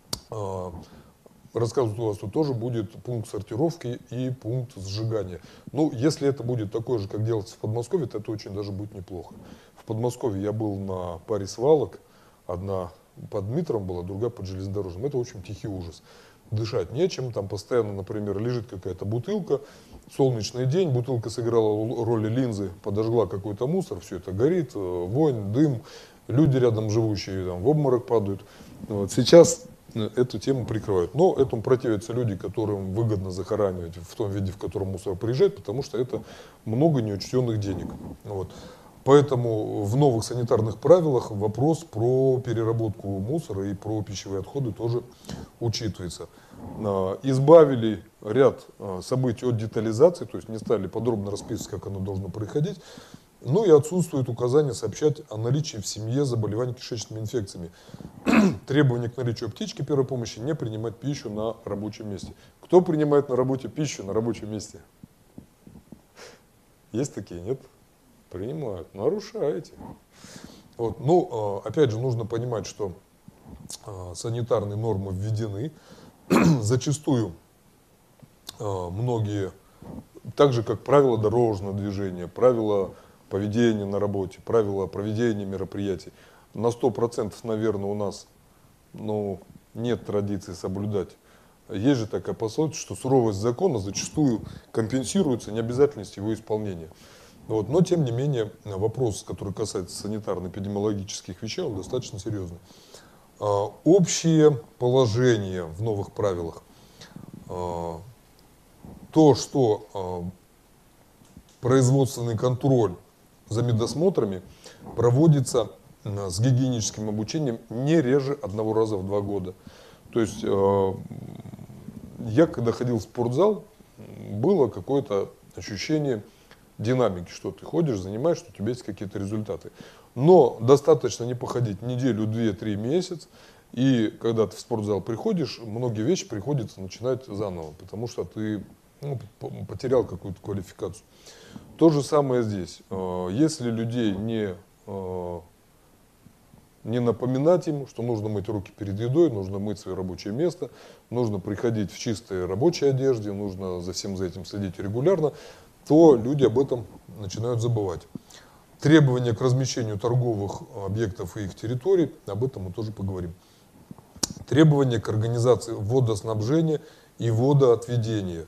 Рассказывают, у вас тут тоже будет пункт сортировки и пункт сжигания. Ну, если это будет такое же, как делается в Подмосковье, то это очень даже будет неплохо. В Подмосковье я был на паре свалок. Одна под Дмитровым была, другая под железнодорожным. Это, в общем, тихий ужас. Дышать нечем. Там постоянно, например, лежит какая-то бутылка. Солнечный день, бутылка сыграла роль линзы, подожгла какой-то мусор, все это горит, вонь, дым. Люди рядом живущие там, в обморок падают. Вот. Сейчас эту тему прикрывают. Но этому противятся люди, которым выгодно захоранивать в том виде, в котором мусор приезжает, потому что это много неучтенных денег. Вот. Поэтому в новых санитарных правилах вопрос про переработку мусора и про пищевые отходы тоже учитывается. Избавили ряд событий от детализации, то есть не стали подробно расписывать, как оно должно происходить. Ну и отсутствует указание сообщать о наличии в семье заболеваний кишечными инфекциями. Требование к наличию аптечки первой помощи, не принимать пищу на рабочем месте. Кто принимает на работе пищу на рабочем месте? Есть такие, нет? Принимают. Нарушаете. Вот. Ну, опять же, нужно понимать, что санитарные нормы введены. Зачастую многие, так же как правила дорожного движения, правила поведения на работе, правила проведения мероприятий, на сто процентов, наверное, у нас ну, нет традиции соблюдать. Есть же такая пословица, что суровость закона зачастую компенсируется необязательностью его исполнения. Вот. Но, тем не менее, вопрос, который касается санитарно-эпидемиологических вещей, он достаточно серьезный. Общее положение в новых правилах. То, что производственный контроль за медосмотрами проводится с гигиеническим обучением не реже одного раза в два года. То есть я, когда ходил в спортзал, было какое-то ощущение динамики, что ты ходишь, занимаешь, что у тебя есть какие-то результаты. Но достаточно не походить неделю, две, три, месяц, И когда ты в спортзал приходишь, многие вещи приходится начинать заново, потому что ты ну, потерял какую-то квалификацию. То же самое здесь. Если людей не, не напоминать им, что нужно мыть руки перед едой, нужно мыть свое рабочее место, нужно приходить в чистой рабочей одежде, нужно за всем за этим следить регулярно, то люди об этом начинают забывать. Требования к размещению торговых объектов и их территорий, об этом мы тоже поговорим. Требования к организации водоснабжения и водоотведения.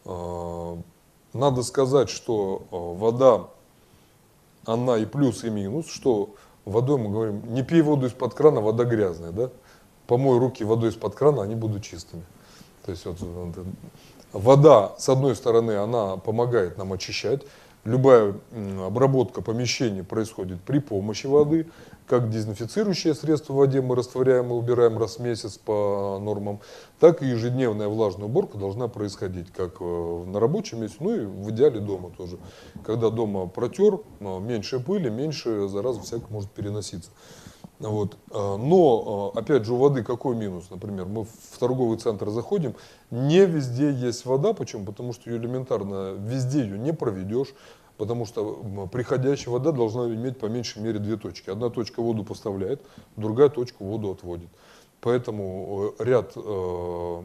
Надо сказать, что вода, она и плюс, и минус, что водой мы говорим, не пей воду из-под крана, вода грязная, да? Помой руки водой из-под крана, они будут чистыми. То есть вот, вода, с одной стороны, она помогает нам очищать. Любая обработка помещений происходит при помощи воды. Как дезинфицирующее средство в воде мы растворяем и убираем раз в месяц по нормам, так и ежедневная влажная уборка должна происходить как на рабочем месте, ну и в идеале дома тоже. Когда дома протер, меньше пыли, меньше заразы всяких может переноситься. Вот. Но, опять же, у воды какой минус? Например, мы в торговый центр заходим, не везде есть вода. Почему? Потому что ее элементарно везде ее не проведешь. Потому что приходящая вода должна иметь по меньшей мере две точки. Одна точка воду поставляет, другая точка воду отводит. Поэтому ряд э,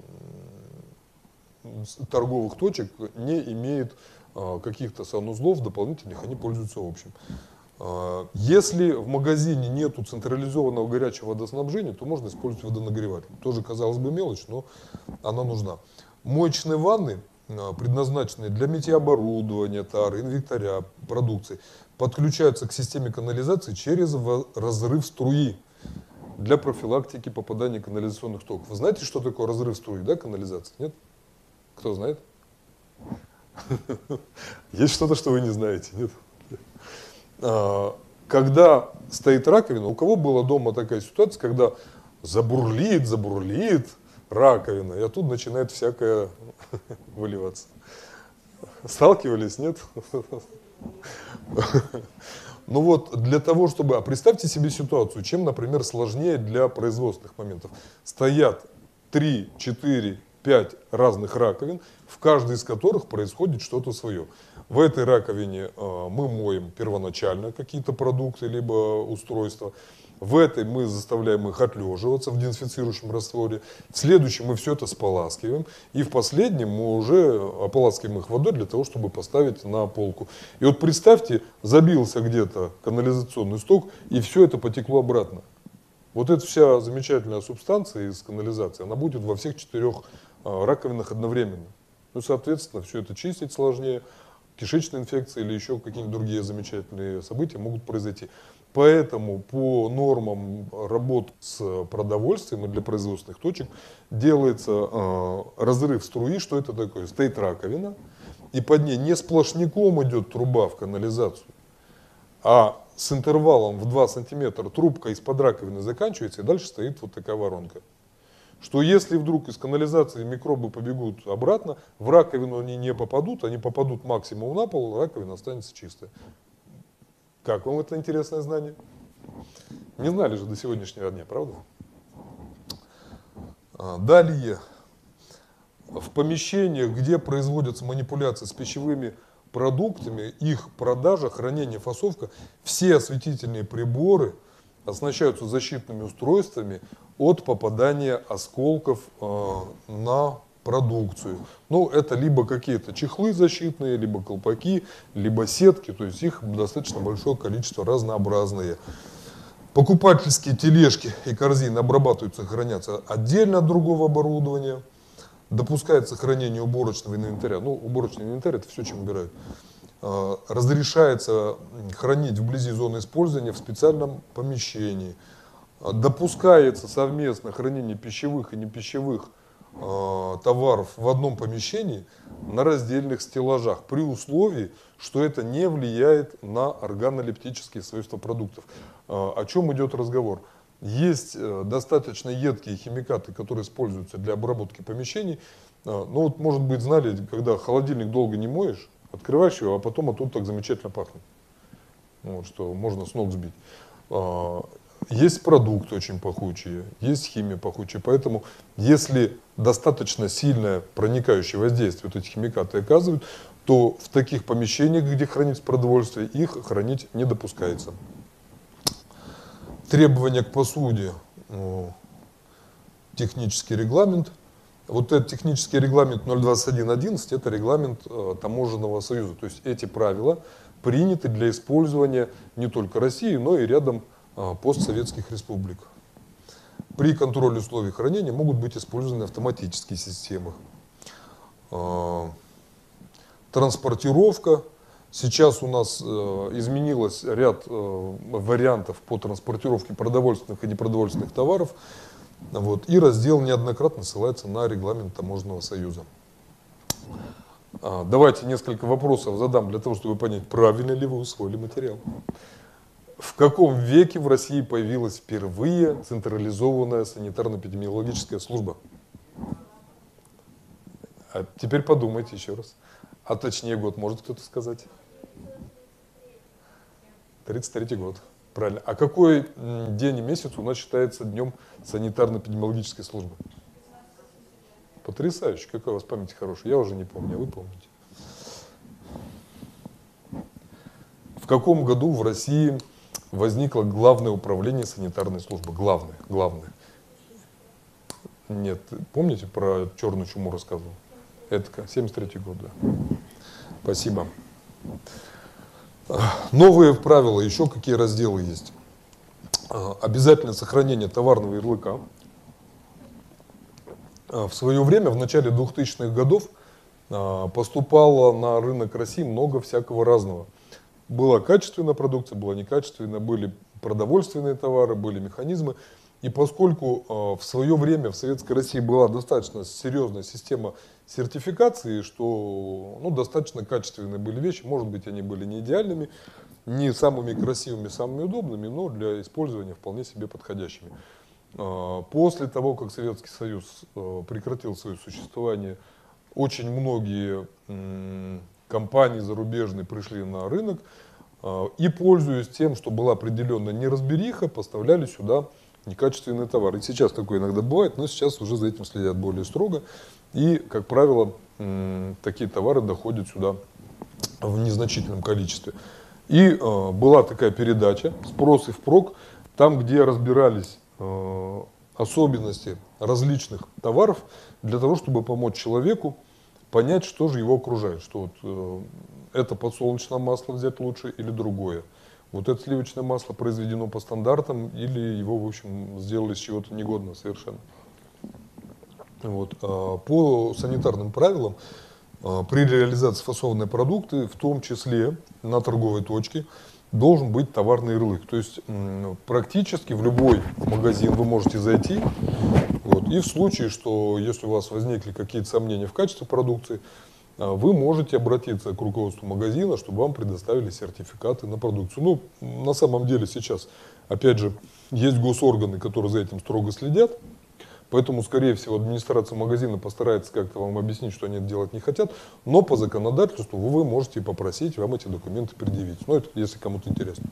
торговых точек не имеет э, каких-то санузлов дополнительных, они пользуются общим. Э, если в магазине нету централизованного горячего водоснабжения, то можно использовать водонагреватель. Тоже, казалось бы, мелочь, но она нужна. Моечные ванны, предназначенные для мытья оборудования, тары, инвентаря, продукции, подключаются к системе канализации через разрыв струи для профилактики попадания канализационных токов. Вы знаете, что такое разрыв струи, да, канализации? Нет? Кто знает? Есть что-то, что вы не знаете, нет? Когда стоит раковина, у кого была дома такая ситуация, когда забурлит, забурлит раковина, и оттуда начинает всякое выливаться. Сталкивались, нет? Ну вот, для того, чтобы... А представьте себе ситуацию, чем, например, сложнее для производственных моментов. Стоят три, четыре, пять разных раковин, в каждой из которых происходит что-то свое. В этой раковине э, мы моем первоначально какие-то продукты, либо устройства. В этой мы заставляем их отлеживаться в дезинфицирующем растворе. В следующем мы все это споласкиваем. И в последнем мы уже ополаскиваем их водой для того, чтобы поставить на полку. И вот представьте, забился где-то канализационный сток, и все это потекло обратно. Вот эта вся замечательная субстанция из канализации, она будет во всех четырех раковинах одновременно. Ну, соответственно, все это чистить сложнее. Кишечная инфекция или еще какие-нибудь другие замечательные события могут произойти. Поэтому по нормам работ с продовольствием и для производственных точек делается э, разрыв струи. Что это такое? Стоит раковина, и под ней не сплошняком идет труба в канализацию, а с интервалом в два сантиметра трубка из-под раковины заканчивается, и дальше стоит вот такая воронка. Что если вдруг из канализации микробы побегут обратно, в раковину они не попадут, они попадут максимум на пол, раковина останется чистая. Как вам это интересное знание? Не знали же до сегодняшнего дня, правда? Далее, в помещениях, где производятся манипуляции с пищевыми продуктами, их продажа, хранение, фасовка, все осветительные приборы оснащаются защитными устройствами от попадания осколков э, на продукцию. Ну, это либо какие-то чехлы защитные, либо колпаки, либо сетки, то есть их достаточно большое количество, разнообразные. Покупательские тележки и корзины обрабатываются и хранятся отдельно от другого оборудования. Допускается хранение уборочного инвентаря. Ну, уборочный инвентарь — это все, чем убирают. Разрешается хранить вблизи зоны использования в специальном помещении. Допускается совместное хранение пищевых и непищевых товаров в одном помещении на раздельных стеллажах, при условии, что это не влияет на органолептические свойства продуктов. О чем идет разговор? Есть достаточно едкие химикаты, которые используются для обработки помещений. Ну вот, может быть, знали, когда холодильник долго не моешь, открываешь его, а потом оттуда так замечательно пахнет. Вот, что можно с ног сбить. есть продукты очень пахучие, есть химия пахучая. Поэтому, если достаточно сильное проникающее воздействие вот эти химикаты оказывают, то в таких помещениях, где хранится продовольствие, их хранить не допускается. Требования к посуде, технический регламент. Вот этот технический регламент ноль двадцать один одиннадцать, это регламент Таможенного союза. То есть эти правила приняты для использования не только России, но и рядом постсоветских республик. При контроле условий хранения могут быть использованы автоматические системы. Транспортировка. Сейчас у нас изменилось ряд вариантов по транспортировке продовольственных и непродовольственных товаров. Вот. И раздел неоднократно ссылается на регламент Таможенного союза. Давайте несколько вопросов задам для того, чтобы понять, правильно ли вы усвоили материал. В каком веке в России появилась впервые централизованная санитарно-эпидемиологическая служба? А теперь подумайте еще раз. А точнее год может кто-то сказать? тридцать третий год. Правильно. А какой день и месяц у нас считается днем санитарно-эпидемиологической службы? Потрясающе. Какая у вас память хорошая. Я уже не помню, а вы помните. В каком году в России возникло Главное управление санитарной службы? Главное. Главное. Нет. Помните, про черную чуму рассказывал? Это семьдесят третий год, да. Спасибо. Новые правила, еще какие разделы есть. Обязательное сохранение товарного ярлыка. В свое время, в начале двухтысячных годов, поступало на рынок России много всякого разного. Была качественная продукция, была некачественная, были продовольственные товары, были механизмы. И поскольку в свое время в Советской России была достаточно серьезная система сертификации, что ну, достаточно качественные были вещи, может быть, они были не идеальными, не самыми красивыми, самыми удобными, но для использования вполне себе подходящими. После того, как Советский Союз прекратил свое существование, очень многие компании зарубежные пришли на рынок и, пользуясь тем, что была определенная неразбериха, поставляли сюда некачественные товары. И сейчас такое иногда бывает, но сейчас уже за этим следят более строго. И, как правило, такие товары доходят сюда в незначительном количестве. И была такая передача «Спрос и впрок», там, где разбирались особенности различных товаров для того, чтобы помочь человеку понять, что же его окружает. Что вот, это подсолнечное масло взять лучше или другое. Вот это сливочное масло произведено по стандартам или его, в общем, сделали из чего-то негодного совершенно. Вот. По санитарным правилам при реализации фасованной продукции, в том числе на торговой точке, должен быть товарный ярлык. То есть практически в любой магазин вы можете зайти, вот, и в случае, что если у вас возникли какие-то сомнения в качестве продукции, вы можете обратиться к руководству магазина, чтобы вам предоставили сертификаты на продукцию. Ну, на самом деле сейчас, опять же, есть госорганы, которые за этим строго следят, поэтому, скорее всего, администрация магазина постарается как-то вам объяснить, что они это делать не хотят, но по законодательству вы можете попросить вам эти документы предъявить. Ну, это если кому-то интересно.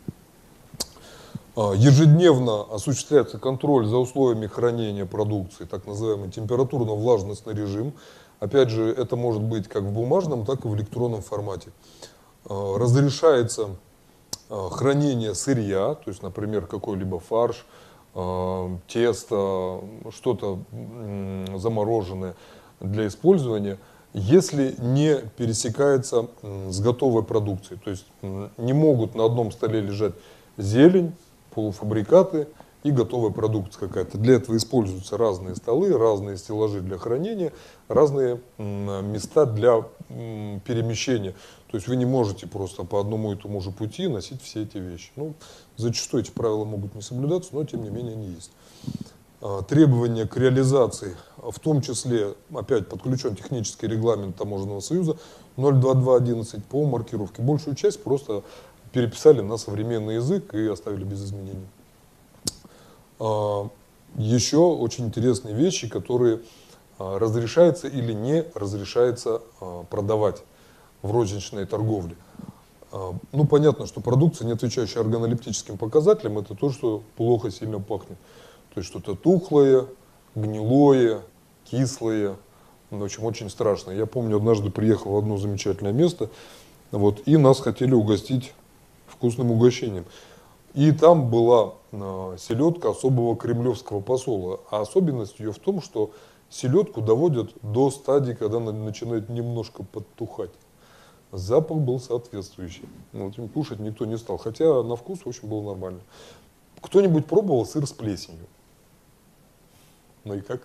Ежедневно осуществляется контроль за условиями хранения продукции, так называемый температурно-влажностный режим. Опять же, это может быть как в бумажном, так и в электронном формате. Разрешается хранение сырья, то есть, например, какой-либо фарш, тесто, что-то замороженное для использования, если не пересекается с готовой продукцией. То есть не могут на одном столе лежать зелень, полуфабрикаты и готовая продукция какая-то. Для этого используются разные столы, разные стеллажи для хранения, разные места для перемещения. То есть вы не можете просто по одному и тому же пути носить все эти вещи. Ну, зачастую эти правила могут не соблюдаться, но тем не менее они есть. Требования к реализации, в том числе, опять подключен технический регламент Таможенного союза ноль два два одиннадцать по маркировке. Большую часть просто переписали на современный язык и оставили без изменений. Еще очень интересные вещи, которые разрешается или не разрешается продавать в розничной торговле. Ну, понятно, что продукция, не отвечающая органолептическим показателям, это то, что плохо сильно пахнет. То есть что-то тухлое, гнилое, кислое. В общем, очень страшно. Я помню, однажды приехал в одно замечательное место, вот, и нас хотели угостить вкусным угощением. И там была э, селедка особого кремлевского посола. А особенность ее в том, что селедку доводят до стадии, когда она начинает немножко подтухать. Запах был соответствующий. Вот, им кушать никто не стал. Хотя на вкус, в общем, было нормально. Кто-нибудь пробовал сыр с плесенью? Ну и как?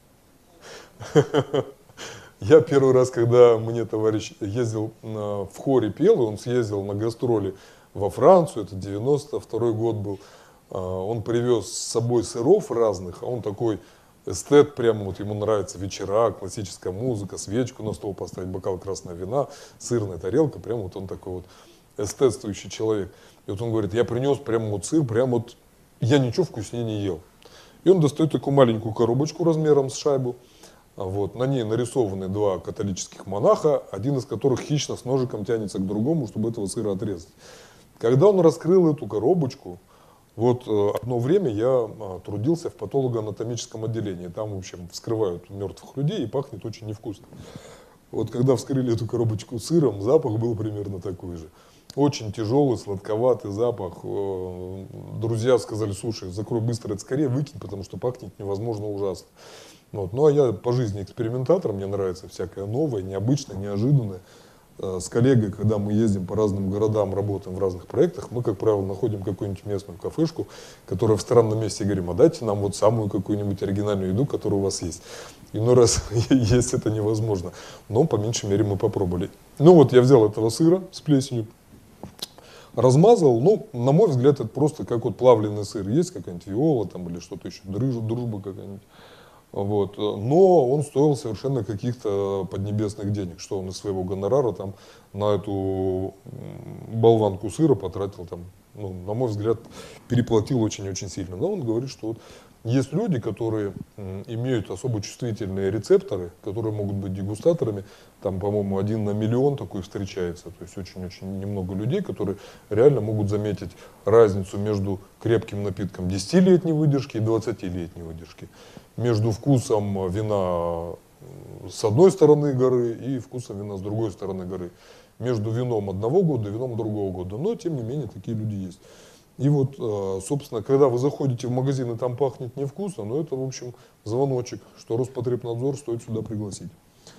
Я первый раз, когда мне товарищ ездил на, в хоре пел, и он съездил на гастроли во Францию, это девяносто второй год был, он привез с собой сыров разных, а он такой эстет, прямо вот ему нравится вечера, классическая музыка, свечку на стол поставить, бокал красного вина, сырная тарелка, прямо вот он такой вот эстетствующий человек. И вот он говорит, я принес прямо вот сыр, прямо вот, я ничего вкуснее не ел. И он достает такую маленькую коробочку размером с шайбу, вот, на ней нарисованы два католических монаха, один из которых хищно с ножиком тянется к другому, чтобы этого сыра отрезать. Когда он раскрыл эту коробочку, вот одно время я трудился в патологоанатомическом отделении. Там, в общем, вскрывают мертвых людей и пахнет очень невкусно. Вот когда вскрыли эту коробочку сыром, запах был примерно такой же. Очень тяжелый, сладковатый запах. Друзья сказали, слушай, закрой быстро это скорее, выкинь, потому что пахнет невозможно ужасно. Вот. Ну а я по жизни экспериментатор, мне нравится всякое новое, необычное, неожиданное. С коллегой, когда мы ездим по разным городам, работаем в разных проектах, мы, как правило, находим какую-нибудь местную кафешку, которая в странном месте, и говорим, а дайте нам вот самую какую-нибудь оригинальную еду, которая у вас есть. Иной раз есть это невозможно, но по меньшей мере мы попробовали. Ну вот я взял этого сыра с плесенью, размазал, ну, на мой взгляд, это просто как вот плавленый сыр. Есть какая-нибудь Виола там или что-то еще, дружба какая-нибудь. Вот. Но он стоил совершенно каких-то поднебесных денег, что он из своего гонорара там на эту болванку сыра потратил, там, ну, на мой взгляд, переплатил очень-очень сильно. Но он говорит, что вот есть люди, которые имеют особо чувствительные рецепторы, которые могут быть дегустаторами. Там, по-моему, один на миллион такой встречается. То есть очень-очень немного людей, которые реально могут заметить разницу между крепким напитком десятилетней выдержки и двадцатилетней выдержки. Между вкусом вина с одной стороны горы и вкусом вина с другой стороны горы. Между вином одного года и вином другого года. Но, тем не менее, такие люди есть. И вот, собственно, когда вы заходите в магазин и там пахнет невкусно, но это, в общем, звоночек, что Роспотребнадзор стоит сюда пригласить.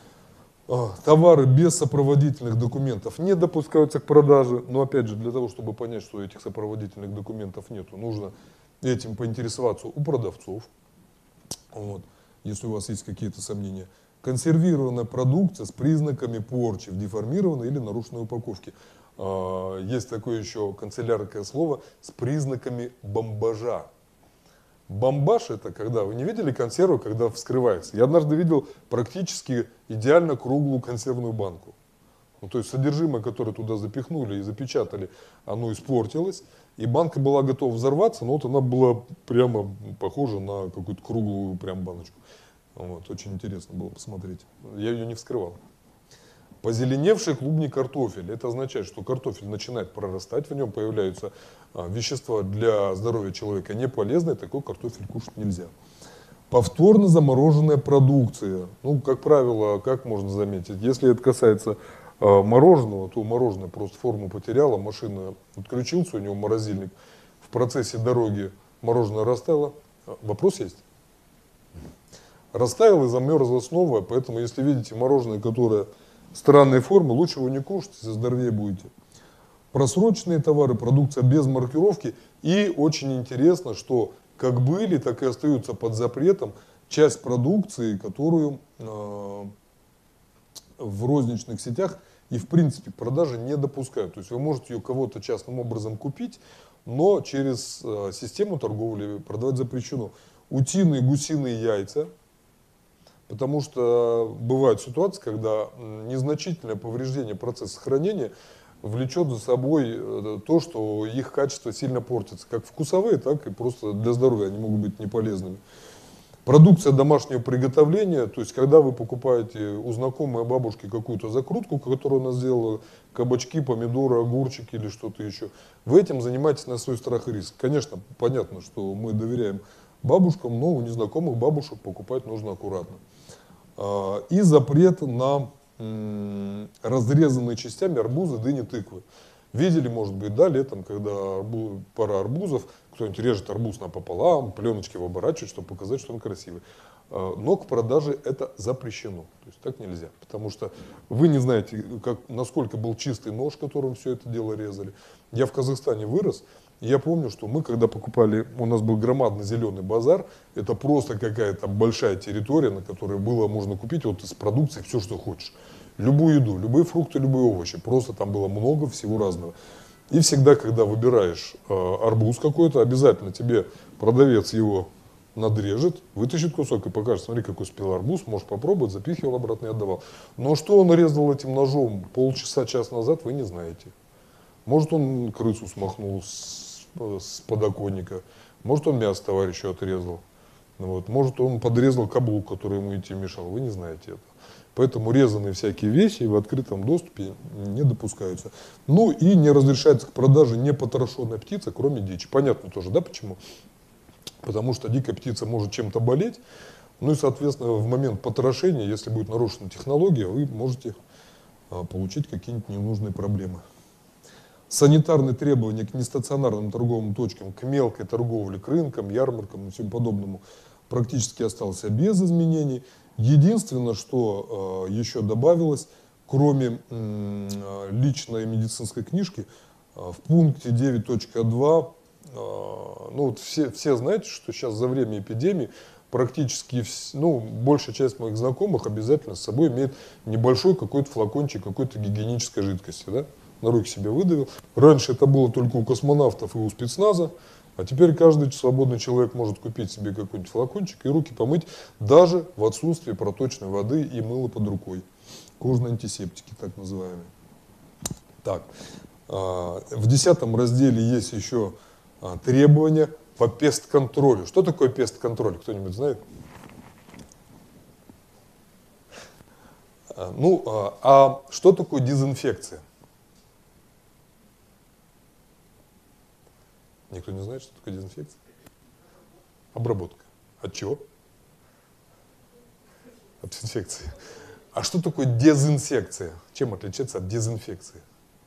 Товары без сопроводительных документов не допускаются к продаже. Но, опять же, для того, чтобы понять, что этих сопроводительных документов нету, нужно этим поинтересоваться у продавцов. Вот, если у вас есть какие-то сомнения. Консервированная продукция с признаками порчи в деформированной или нарушенной упаковке. Есть такое еще канцелярское слово с признаками бомбажа. Бомбаж — это когда, вы не видели консерву, когда вскрывается? Я однажды видел практически идеально круглую консервную банку. Ну, то есть содержимое, которое туда запихнули и запечатали, оно испортилось. И банка была готова взорваться, но вот она была прямо похожа на какую-то круглую прям баночку. Вот, очень интересно было посмотреть. Я ее не вскрывал. Позеленевший клубний картофель. Это означает, что картофель начинает прорастать, в нем появляются а, вещества для здоровья человека не полезные, такой картофель кушать нельзя. Повторно замороженная продукция. Ну, как правило, как можно заметить, если это касается а, мороженого, то мороженое просто форму потеряло, машина отключился, у него морозильник. В процессе дороги мороженое растаяло. Вопрос есть? Растаяло и замерзло снова, поэтому если видите мороженое, которое странной формы, лучше его не кушать, если здоровее будете. Просроченные товары, продукция без маркировки. И очень интересно, что как были, так и остаются под запретом часть продукции, которую э, в розничных сетях и в принципе продажи не допускают. То есть вы можете ее кого-то частным образом купить, но через э, систему торговли продавать запрещено. Утиные, гусиные яйца. Потому что бывают ситуации, когда незначительное повреждение процесса хранения влечет за собой то, что их качество сильно портится. Как вкусовые, так и просто для здоровья они могут быть неполезными. Продукция домашнего приготовления, то есть когда вы покупаете у знакомой бабушки какую-то закрутку, которую она сделала, кабачки, помидоры, огурчики или что-то еще, вы этим занимаетесь на свой страх и риск. Конечно, понятно, что мы доверяем бабушкам, но у незнакомых бабушек покупать нужно аккуратно. И запрет на разрезанные частями арбузы, дыни, тыквы. Видели, может быть, да, летом, когда арбуз, пара арбузов, кто-нибудь режет арбуз напополам, пленочки его оборачивает, чтобы показать, что он красивый. Но к продаже это запрещено. То есть так нельзя. Потому что вы не знаете, как, насколько был чистый нож, которым все это дело резали. Я в Казахстане вырос. И я помню, что мы, когда покупали, у нас был громадный зеленый базар, это просто какая-то большая территория, на которой было можно купить вот из продукции все, что хочешь. Любую еду, любые фрукты, любые овощи. Просто там было много всего разного. И всегда, когда выбираешь э, арбуз какой-то, обязательно тебе продавец его надрежет, вытащит кусок и покажет, смотри, какой спелый арбуз, можешь попробовать, запихивал обратно и отдавал. Но что он резал этим ножом полчаса, час назад, вы не знаете. Может, он крысу смахнул с, с подоконника, может, он мясо товарищу отрезал, вот. Может, он подрезал каблук, который ему идти мешал, вы не знаете это. Поэтому резанные всякие вещи в открытом доступе не допускаются. Ну и не разрешается к продаже непотрошенная птица, кроме дичи. Понятно тоже, да, почему? Потому что дикая птица может чем-то болеть. Ну и, соответственно, в момент потрошения, если будет нарушена технология, вы можете а, получить какие-нибудь ненужные проблемы. Санитарные требования к нестационарным торговым точкам, к мелкой торговле, к рынкам, ярмаркам и всему подобному практически остался без изменений. Единственное, что э, еще добавилось, кроме э, личной медицинской книжки, э, в пункте девять точка два, э, ну вот все, все знаете, что сейчас за время эпидемии практически, ну, большая часть моих знакомых обязательно с собой имеет небольшой какой-то флакончик какой-то гигиенической жидкости, да? На руки себе выдавил. Раньше это было только у космонавтов и у спецназа. А теперь каждый свободный человек может купить себе какой-нибудь флакончик и руки помыть даже в отсутствии проточной воды и мыла под рукой. Кожные антисептики, так называемые. Так, в десятом разделе есть еще требования по пестконтролю. Что такое пестконтроль? Кто-нибудь знает? Ну, а что такое дезинфекция? Никто не знает, что такое дезинфекция? Обработка. От чего? От инфекции. А что такое дезинсекция? Чем отличается от дезинфекции?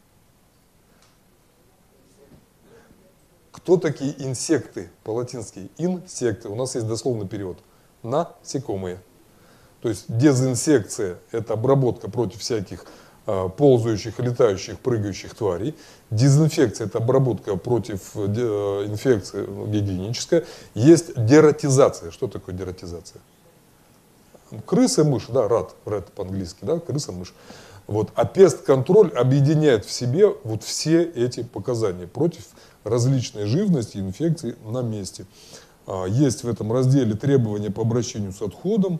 Кто такие инсекты? По-латински инсекты. У нас есть дословный перевод. Насекомые. То есть дезинсекция – это обработка против всяких ползающих, летающих, прыгающих тварей. Дезинфекция – это обработка против инфекции гигиеническая. Есть дератизация. Что такое дератизация? Крыса, мышь, да, рат, рат по-английски, да, крыса, мышь. Вот. А пестконтроль объединяет в себе вот все эти показания против различной живности и инфекций на месте. Есть в этом разделе требования по обращению с отходом.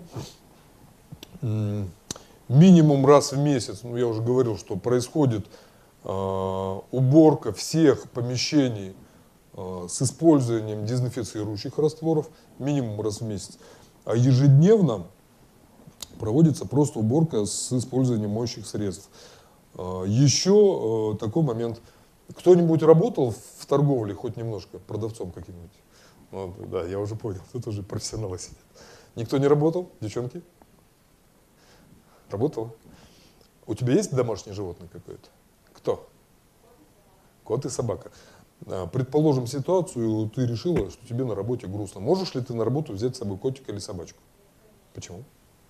Минимум раз в месяц, ну я уже говорил, что происходит э, уборка всех помещений э, с использованием дезинфицирующих растворов, минимум раз в месяц. А ежедневно проводится просто уборка с использованием моющих средств. Э, еще э, такой момент. Кто-нибудь работал в торговле хоть немножко, продавцом каким-нибудь? Ну, да, я уже понял, тут уже профессионалы сидят. Никто не работал, девчонки? Работала? У тебя есть домашнее животное какое-то? Кто? Кот и собака. Предположим ситуацию, ты решила, что тебе на работе грустно. Можешь ли ты на работу взять с собой котика или собачку? Почему?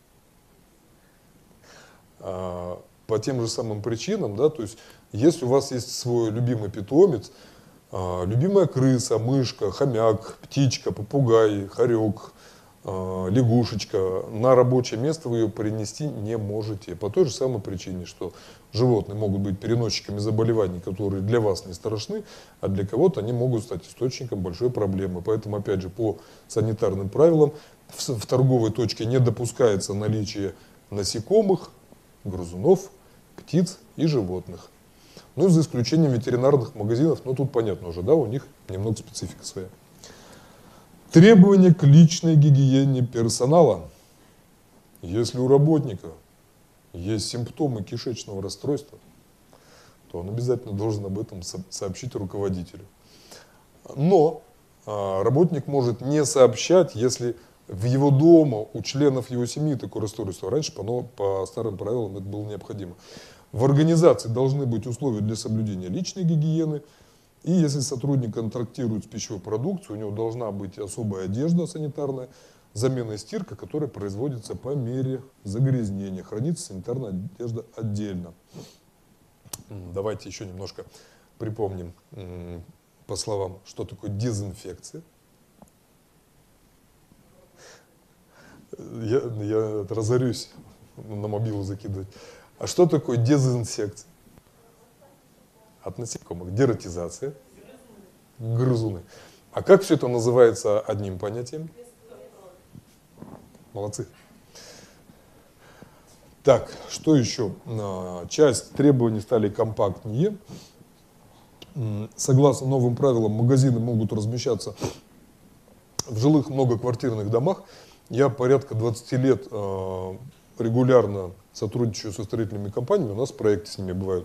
А, по тем же самым причинам, да, то есть если у вас есть свой любимый питомец, а, любимая крыса, мышка, хомяк, птичка, попугай, хорек, лягушечка, на рабочее место вы ее принести не можете. По той же самой причине, что животные могут быть переносчиками заболеваний, которые для вас не страшны, а для кого-то они могут стать источником большой проблемы. Поэтому, опять же, по санитарным правилам в, в торговой точке не допускается наличие насекомых, грызунов, птиц и животных. Ну, за исключением ветеринарных магазинов, но тут понятно уже, да, у них немного специфика своя. Требования к личной гигиене персонала. Если у работника есть симптомы кишечного расстройства, то он обязательно должен об этом сообщить руководителю. Но а, работник может не сообщать, если в его дома у членов его семьи такое расстройство. Раньше по, по старым правилам это было необходимо. В организации должны быть условия для соблюдения личной гигиены. И если сотрудник контрактирует с пищевой продукцией, у него должна быть особая одежда санитарная, замена и стирка, которая производится по мере загрязнения. Хранится санитарная одежда отдельно. Давайте еще немножко припомним по словам, что такое дезинфекция. Я, я разорюсь на мобилу закидывать. А что такое дезинсекция? От насекомых. Дератизация. Грызуны. А как все это называется одним понятием? Молодцы. Так, что еще? Часть требований стали компактнее. Согласно новым правилам, магазины могут размещаться в жилых многоквартирных домах. Я порядка двадцати лет э, регулярно сотрудничаю со строительными компаниями, у нас проекты с ними бывают.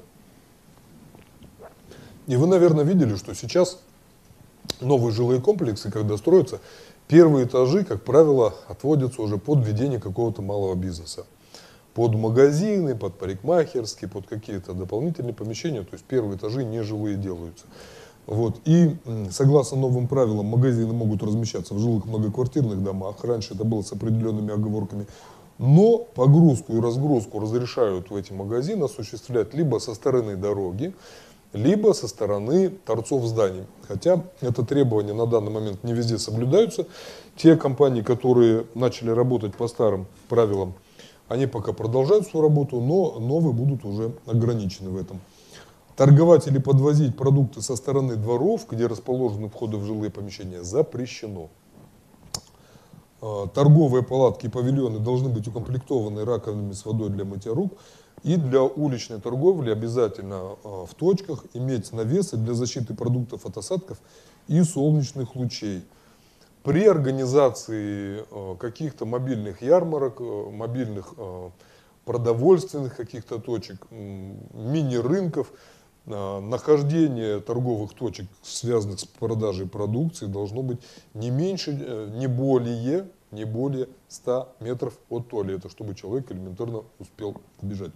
И вы, наверное, видели, что сейчас новые жилые комплексы, когда строятся, первые этажи, как правило, отводятся уже под ведение какого-то малого бизнеса. Под магазины, под парикмахерские, под какие-то дополнительные помещения, то есть первые этажи не жилые делаются. Вот. И согласно новым правилам, магазины могут размещаться в жилых многоквартирных домах. Раньше это было с определенными оговорками. Но погрузку и разгрузку разрешают в эти магазины осуществлять либо со стороны дороги, либо со стороны торцов зданий. Хотя это требования на данный момент не везде соблюдаются. Те компании, которые начали работать по старым правилам, они пока продолжают свою работу, но новые будут уже ограничены в этом. Торговать или подвозить продукты со стороны дворов, где расположены входы в жилые помещения, запрещено. Торговые палатки и павильоны должны быть укомплектованы раковинами с водой для мытья рук. И для уличной торговли обязательно в точках иметь навесы для защиты продуктов от осадков и солнечных лучей. При организации каких-то мобильных ярмарок, мобильных продовольственных каких-то точек, мини-рынков, нахождение торговых точек, связанных с продажей продукции, должно быть не меньше, не более, не более ста метров от туалета, чтобы человек элементарно успел убежать.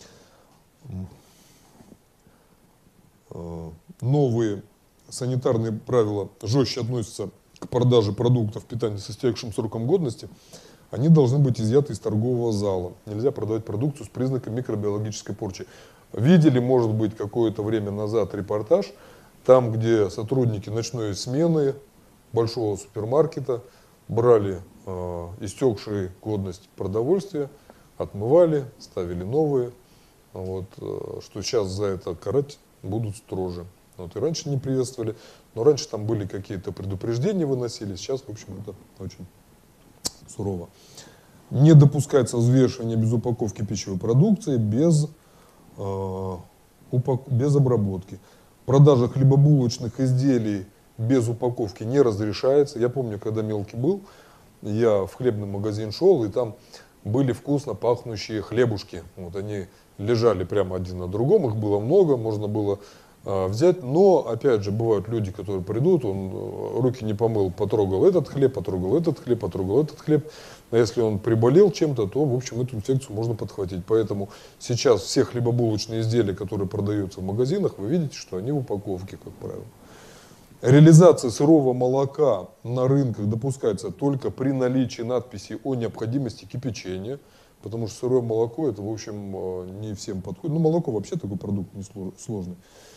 Новые санитарные правила жестче относятся к продаже продуктов питания с истекшим сроком годности. Они должны быть изъяты из торгового зала. Нельзя продавать продукцию с признаком микробиологической порчи. Видели, может быть, какое-то время назад репортаж, там, где сотрудники ночной смены большого супермаркета брали э, истекшие годность продовольствия, отмывали, ставили новые. Вот, э, что сейчас за это карать будут строже. Вот, и раньше не приветствовали, но раньше там были какие-то предупреждения выносили, сейчас, в общем, это очень сурово. Не допускается взвешивание без упаковки пищевой продукции, без, э, упак... без обработки. Продажа хлебобулочных изделий без упаковки не разрешается. Я помню, когда мелкий был, я в хлебный магазин шел, и там были вкусно пахнущие хлебушки. Вот они лежали прямо один на другом, их было много, можно было э, взять. Но, опять же, бывают люди, которые придут, он э, руки не помыл, потрогал этот хлеб, потрогал этот хлеб, потрогал этот хлеб. А если он приболел чем-то, то, в общем, эту инфекцию можно подхватить. Поэтому сейчас все хлебобулочные изделия, которые продаются в магазинах, вы видите, что они в упаковке, как правило. Реализация сырого молока на рынках допускается только при наличии надписи о необходимости кипячения, потому что сырое молоко, это, в общем, не всем подходит. Ну, молоко вообще такой продукт несложный.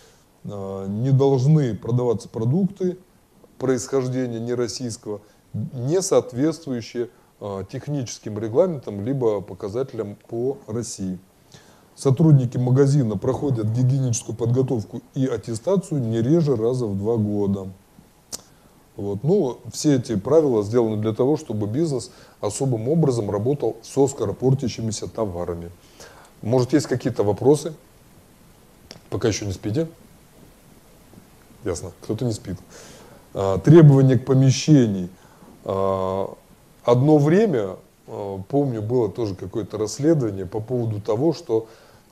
Не должны продаваться продукты происхождения нероссийского, не соответствующие техническим регламентам либо показателям по России. Сотрудники магазина проходят гигиеническую подготовку и аттестацию не реже раза в два года. Вот. Ну, все эти правила сделаны для того, чтобы бизнес особым образом работал со скоропортящимися товарами. Может, есть какие-то вопросы? Пока еще не спите? Ясно, кто-то не спит. А, требования к помещению. Одно время, помню, было тоже какое-то расследование по поводу того, что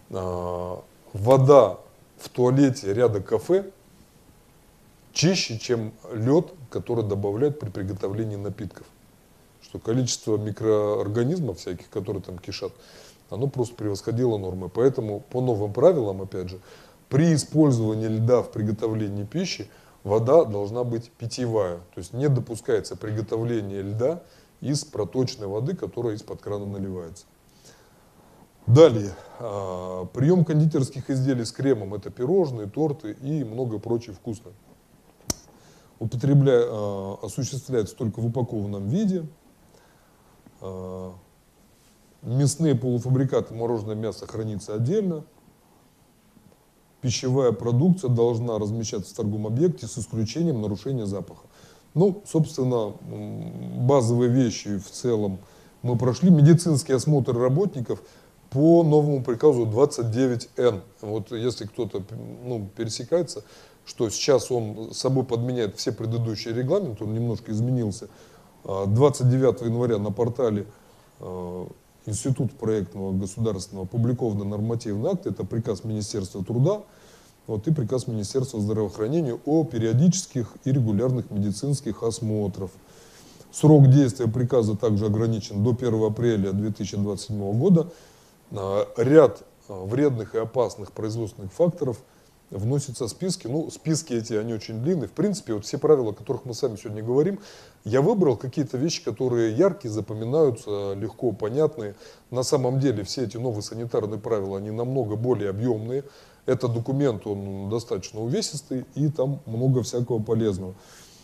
вода в туалете ряда кафе чище, чем лед, который добавляют при приготовлении напитков. Что количество микроорганизмов всяких, которые там кишат, оно просто превосходило нормы. Поэтому по новым правилам, опять же, при использовании льда в приготовлении пищи вода должна быть питьевая. То есть не допускается приготовление льда из проточной воды, которая из-под крана наливается. Далее, прием кондитерских изделий с кремом — это пирожные, торты и многое прочее вкусное. Употребля... осуществляется только в упакованном виде. Мясные полуфабрикаты, мороженое, мясо хранится отдельно. Пищевая продукция должна размещаться в торговом объекте с исключением нарушения запаха. Ну, собственно, базовые вещи в целом мы прошли. Медицинский осмотр работников по новому приказу двадцать девять эн. Вот если кто-то ну, пересекается, что сейчас он собой подменяет все предыдущие регламенты, он немножко изменился. двадцать девятого января на портале Института проектного государственного опубликованы нормативные акты. Это приказ Министерства труда вот, и приказ Министерства здравоохранения о периодических и регулярных медицинских осмотрах. Срок действия приказа также ограничен до первого апреля две тысячи двадцать седьмого года. Ряд вредных и опасных производственных факторов вносятся в списки. Ну, списки эти, они очень длинные. В принципе, вот все правила, о которых мы с вами сегодня говорим, я выбрал какие-то вещи, которые яркие, запоминаются, легко, понятные. На самом деле, все эти новые санитарные правила, они намного более объемные. Этот документ, он достаточно увесистый, и там много всякого полезного.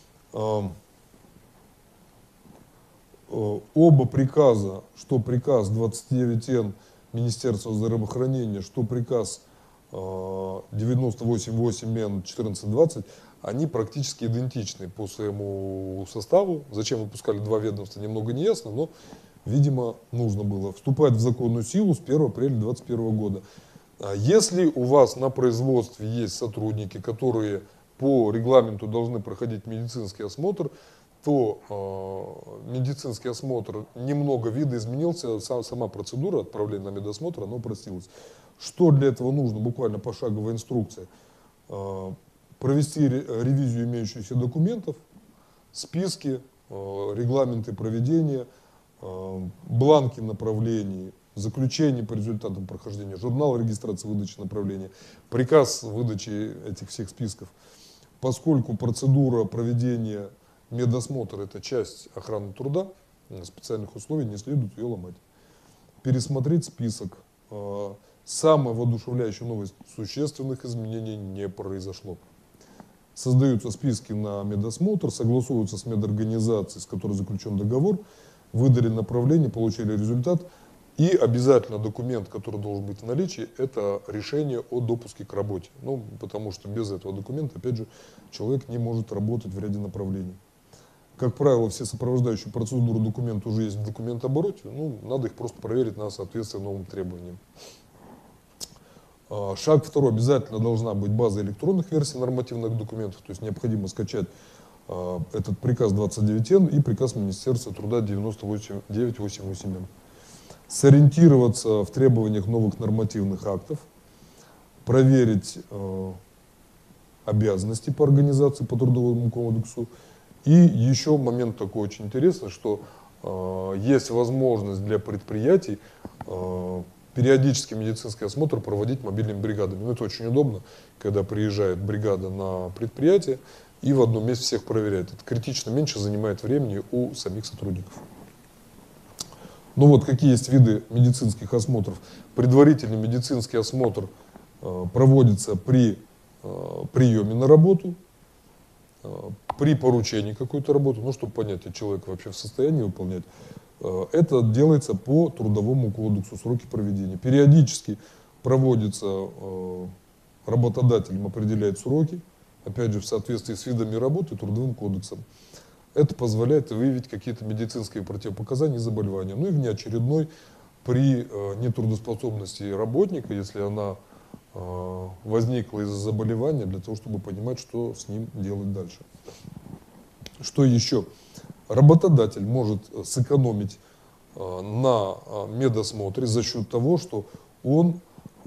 Оба приказа, что приказ двадцать девять эн Министерства здравоохранения, что приказ девяносто восемь восемь эн четырнадцать двадцать, они практически идентичны по своему составу. Зачем выпускали два ведомства, немного не ясно, но, видимо, нужно было. Вступать в законную силу с первого апреля две тысячи двадцать первого года. Если у вас на производстве есть сотрудники, которые по регламенту должны проходить медицинский осмотр, то э, медицинский осмотр немного видоизменился, сама процедура отправления на медосмотр, она упростилась. Что для этого нужно? Буквально пошаговая инструкция. Э, провести ревизию имеющихся документов, списки, э, регламенты проведения, э, бланки направлений, заключение по результатам прохождения, журнал регистрации выдачи направления, приказ выдачи этих всех списков. Поскольку процедура проведения медосмотра — это часть охраны труда, специальных условий, не следует ее ломать. Пересмотреть список. Самая воодушевляющая новость: существенных изменений не произошло. Создаются списки на медосмотр, согласовываются с медорганизацией, с которой заключен договор, выдали направление, получили результат. И обязательно документ, который должен быть в наличии, это решение о допуске к работе. Ну, потому что без этого документа, опять же, человек не может работать в ряде направлений. Как правило, все сопровождающие процедуры документы уже есть в документообороте, ну, надо их просто проверить на соответствие новым требованиям. Шаг второй. Обязательно должна быть база электронных версий нормативных документов, то есть необходимо скачать этот приказ двадцать девять эн и приказ Министерства труда девяносто девять восемь восемь эн. Сориентироваться в требованиях новых нормативных актов, проверить э, обязанности по организации по Трудовому кодексу. И еще момент такой очень интересный, что э, есть возможность для предприятий э, периодически медицинский осмотр проводить мобильными бригадами. Ну, это очень удобно, когда приезжает бригада на предприятие и в одном месте всех проверяет. Это критично меньше занимает времени у самих сотрудников. Ну вот какие есть виды медицинских осмотров. Предварительный медицинский осмотр э, проводится при э, приеме на работу, э, при поручении какой-то работы, ну, чтобы понять, человек вообще в состоянии выполнять. Э, это делается по Трудовому кодексу, сроки проведения. Периодически проводится, э, работодателем определяет сроки, опять же, в соответствии с видами работы и Трудовым кодексом. Это позволяет выявить какие-то медицинские противопоказания и заболевания. Ну и внеочередной при э, нетрудоспособности работника, если она э, возникла из-за заболевания, для того, чтобы понимать, что с ним делать дальше. Что еще? Работодатель может сэкономить на медосмотре за счет того, что он,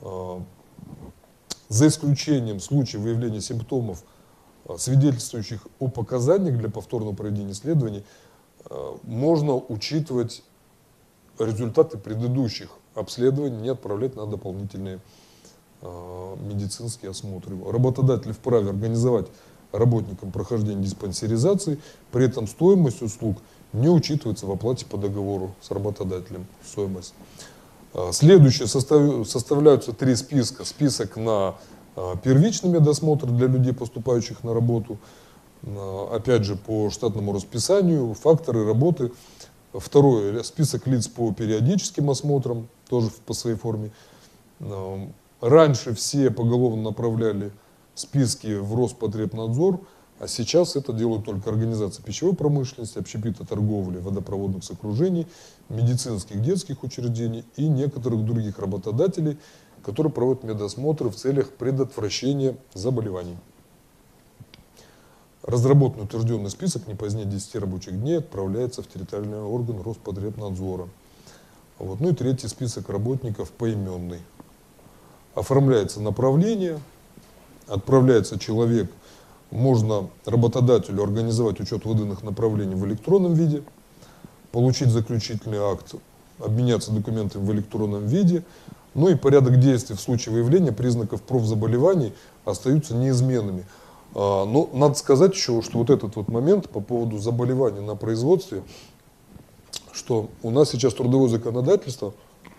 за исключением случаев выявления симптомов, свидетельствующих о показаниях для повторного проведения исследований, можно учитывать результаты предыдущих обследований, не отправлять на дополнительные медицинские осмотры. Работодатель вправе организовать работникам прохождение диспансеризации, при этом стоимость услуг не учитывается в оплате по договору с работодателем. Стоимость. Следующее, состав, составляются три списка. Список на первичный медосмотр для людей, поступающих на работу, опять же по штатному расписанию, факторы работы. Второе, список лиц по периодическим осмотрам, тоже по своей форме. Раньше все поголовно направляли списки в Роспотребнадзор, а сейчас это делают только организации пищевой промышленности, общепита торговли, водопроводных сооружений, медицинских детских учреждений и некоторых других работодателей, которые проводят медосмотры в целях предотвращения заболеваний. Разработанный утвержденный список не позднее десяти рабочих дней отправляется в территориальный орган Роспотребнадзора. Вот. Ну и третий список работников поименный. Оформляется направление, отправляется человек, можно работодателю организовать учет выданных направлений в электронном виде, получить заключительный акт, обменяться документами в электронном виде, ну и порядок действий в случае выявления признаков профзаболеваний остаются неизменными. Но надо сказать еще, что вот этот вот момент по поводу заболеваний на производстве, что у нас сейчас трудовое законодательство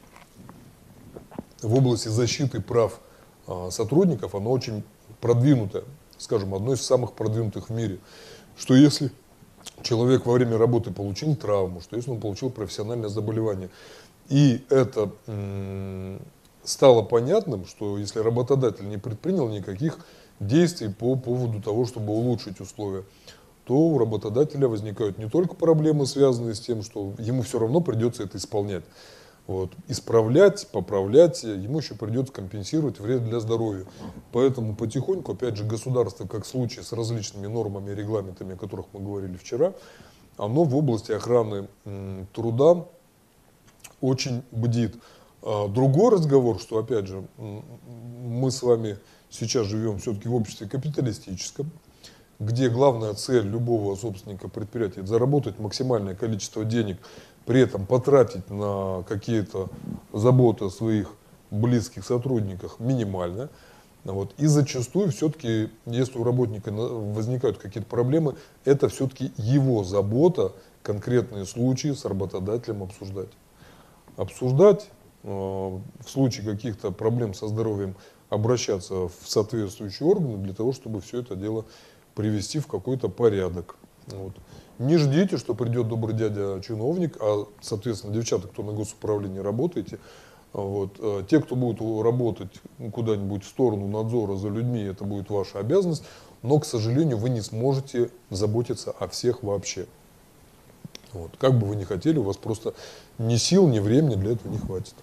в области защиты прав сотрудников, оно очень продвинутое, скажем, одно из самых продвинутых в мире. Что если человек во время работы получил травму, что если он получил профессиональное заболевание, и это м, стало понятным, что если работодатель не предпринял никаких действий по поводу того, чтобы улучшить условия, то у работодателя возникают не только проблемы, связанные с тем, что ему все равно придется это исполнять. Вот. Исправлять, поправлять, ему еще придется компенсировать вред для здоровья. Поэтому потихоньку, опять же, государство, как в случае с различными нормами и регламентами, о которых мы говорили вчера, оно в области охраны м, труда очень бдит. А другой разговор, что, опять же, мы с вами сейчас живем все-таки в обществе капиталистическом, где главная цель любого собственника предприятия – это заработать максимальное количество денег, при этом потратить на какие-то заботы о своих близких сотрудниках минимально. Вот. И зачастую все-таки, если у работника возникают какие-то проблемы, это все-таки его забота, конкретные случаи с работодателем обсуждать. Обсуждать, э, в случае каких-то проблем со здоровьем обращаться в соответствующие органы для того, чтобы все это дело привести в какой-то порядок. Вот. Не ждите, что придет добрый дядя чиновник, а, соответственно, девчата, кто на госуправлении работаете, вот, те, кто будут работать куда-нибудь в сторону надзора за людьми, это будет ваша обязанность, но, к сожалению, вы не сможете заботиться о всех вообще. Вот. Как бы вы ни хотели, у вас просто ни сил, ни времени для этого не хватит.